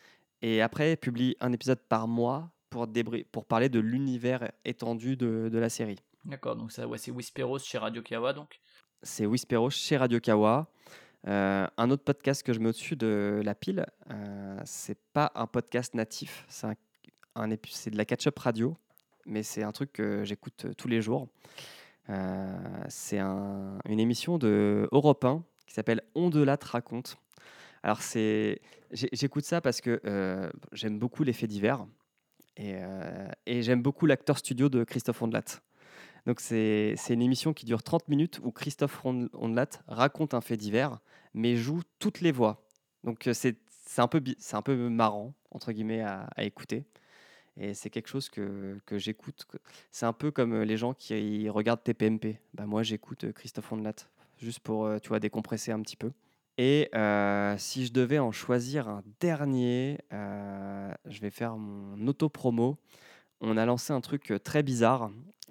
[SPEAKER 5] Et après, publie un épisode par mois pour, débri- pour parler de l'univers étendu de, de la série.
[SPEAKER 2] D'accord, donc ça, ouais, c'est Whisperos chez Radio Kawa, donc.
[SPEAKER 5] C'est Whisperos chez Radio Kawa. Euh, un autre podcast que je mets au-dessus de la pile, euh, c'est pas un podcast natif, c'est, un, un épi- c'est de la catch-up radio, mais c'est un truc que j'écoute euh, tous les jours. Euh, c'est un- une émission de Europe un qui s'appelle On de la te raconte. Alors c'est, j'ai- j'écoute ça parce que euh, j'aime beaucoup les faits divers et, euh, et j'aime beaucoup l'acteur studio de Christophe Ondelat. Donc c'est c'est une émission qui dure trente minutes où Christophe Ron- Ondelat raconte un fait divers, mais joue toutes les voix. Donc euh, c'est c'est un peu bi- c'est un peu marrant entre guillemets à, à écouter. Et c'est quelque chose que, que j'écoute. que- C'est un peu comme euh, les gens qui regardent T P M P. Bah moi j'écoute euh, Christophe Ondelat juste pour euh, tu vois décompresser un petit peu. Et euh, si je devais en choisir un dernier, euh, je vais faire mon auto-promo. On a lancé un truc euh, très bizarre.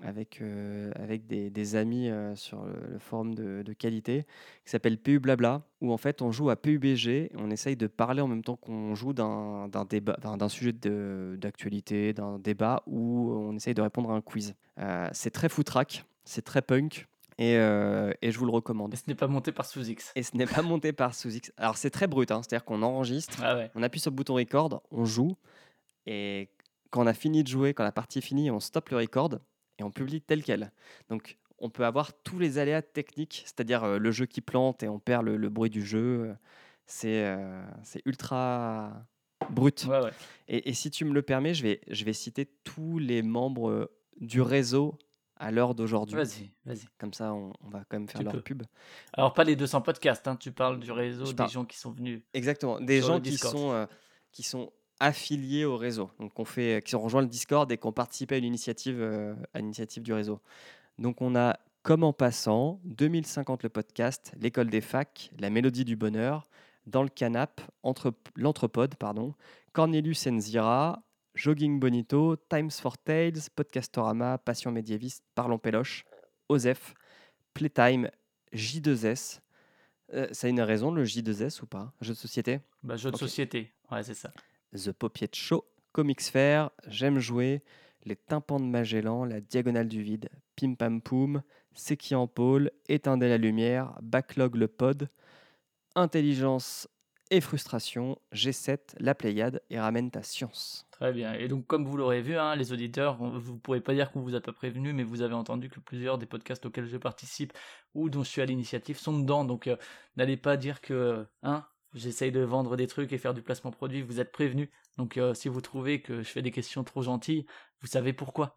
[SPEAKER 5] avec, euh, avec des, des amis euh, sur le, le forum de, de qualité qui s'appelle P U Blabla, où en fait on joue à P U B G, on essaye de parler en même temps qu'on joue d'un, d'un, débat, d'un, d'un sujet de, d'actualité, d'un débat, où on essaye de répondre à un quiz. Euh, c'est très foutraque, c'est très punk, et, euh, et je vous le recommande.
[SPEAKER 2] Et ce n'est pas monté par Sous-X.
[SPEAKER 5] Et ce n'est pas monté par Sous-X. Alors c'est très brut, hein, c'est-à-dire qu'on enregistre,
[SPEAKER 2] Ah ouais.
[SPEAKER 5] on appuie sur le bouton record, on joue, et quand on a fini de jouer, quand la partie est finie, on stoppe le record et on publie tel quel. Donc on peut avoir tous les aléas techniques, c'est-à-dire euh, le jeu qui plante et on perd le, le bruit du jeu. C'est, euh, c'est ultra brut.
[SPEAKER 2] Ouais, ouais.
[SPEAKER 5] Et, et si tu me le permets, je vais, je vais citer tous les membres euh, du réseau à l'heure d'aujourd'hui.
[SPEAKER 2] Vas-y, vas-y.
[SPEAKER 5] Comme ça, on, on va quand même faire
[SPEAKER 2] Tu
[SPEAKER 5] leur
[SPEAKER 2] peux.
[SPEAKER 5] pub.
[SPEAKER 2] Alors, pas les deux cents podcasts, hein, tu parles du réseau,
[SPEAKER 5] Je
[SPEAKER 2] des
[SPEAKER 5] parle-
[SPEAKER 2] gens qui sont venus.
[SPEAKER 5] Exactement, des
[SPEAKER 2] Sur le
[SPEAKER 5] gens qui
[SPEAKER 2] Discord.
[SPEAKER 5] sont, euh, qui sont affiliés au réseau, donc on fait, qui ont rejoint le Discord et qui ont participé à l'initiative, euh, à l'initiative du réseau. Donc on a Comme en passant, deux mille cinquante le podcast, l'école des facs, la mélodie du bonheur, dans le canap, entre, l'entrepode, pardon, Cornelius Enzira, Jogging Bonito, Times for Tales, Podcastorama, Passion médiéviste, Parlons Péloche, Osef, Playtime, J deux S. Euh, ça a une raison le J deux S ou pas? Jeu de société?
[SPEAKER 2] Bah, jeu de
[SPEAKER 5] Ok.
[SPEAKER 2] société. Ouais, c'est ça.
[SPEAKER 5] The Popiette Show, Comics Fair, J'aime jouer, Les Tympans de Magellan, La Diagonale du Vide, Pim Pam Poum, C'est qui en pôle, Éteindre la lumière, Backlog le pod, Intelligence et frustration, G sept, La Pléiade et Ramène ta science.
[SPEAKER 2] Très bien. Et donc, comme vous l'aurez vu, hein, les auditeurs, on- vous ne pourrez pas dire qu'on vous a pas prévenu, mais vous avez entendu que plusieurs des podcasts auxquels je participe ou dont je suis à l'initiative sont dedans. Donc, euh, n'allez pas dire que hein, j'essaye de vendre des trucs et faire du placement produit. Vous êtes prévenus. Donc, euh, si vous trouvez que je fais des questions trop gentilles, vous savez pourquoi.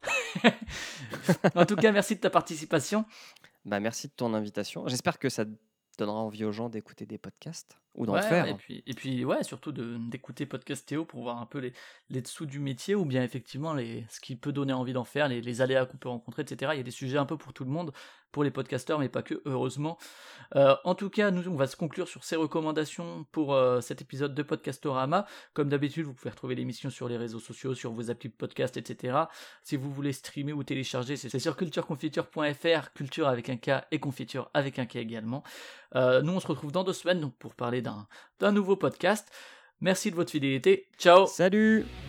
[SPEAKER 2] En tout cas, merci de ta participation.
[SPEAKER 5] Bah, merci de ton invitation. J'espère que ça donnera envie aux gens d'écouter des podcasts ou d'en
[SPEAKER 2] Ouais,
[SPEAKER 5] faire.
[SPEAKER 2] Et puis, et puis ouais, surtout de, d'écouter Podcast Théo pour voir un peu les, les dessous du métier ou bien effectivement les, ce qui peut donner envie d'en faire, les, les aléas qu'on peut rencontrer, et cetera. Il y a des sujets un peu pour tout le monde, pour les podcasteurs, mais pas que, heureusement. Euh, en tout cas, nous, on va se conclure sur ces recommandations pour euh, cet épisode de Podcastorama. Comme d'habitude, vous pouvez retrouver l'émission sur les réseaux sociaux, sur vos applis de podcast, et cetera. Si vous voulez streamer ou télécharger, c'est sur cultureconfiture point f r, culture avec un K et confiture avec un K également. Euh, nous, on se retrouve dans deux semaines donc, pour parler d'un, d'un nouveau podcast. Merci de votre fidélité. Ciao!
[SPEAKER 5] Salut!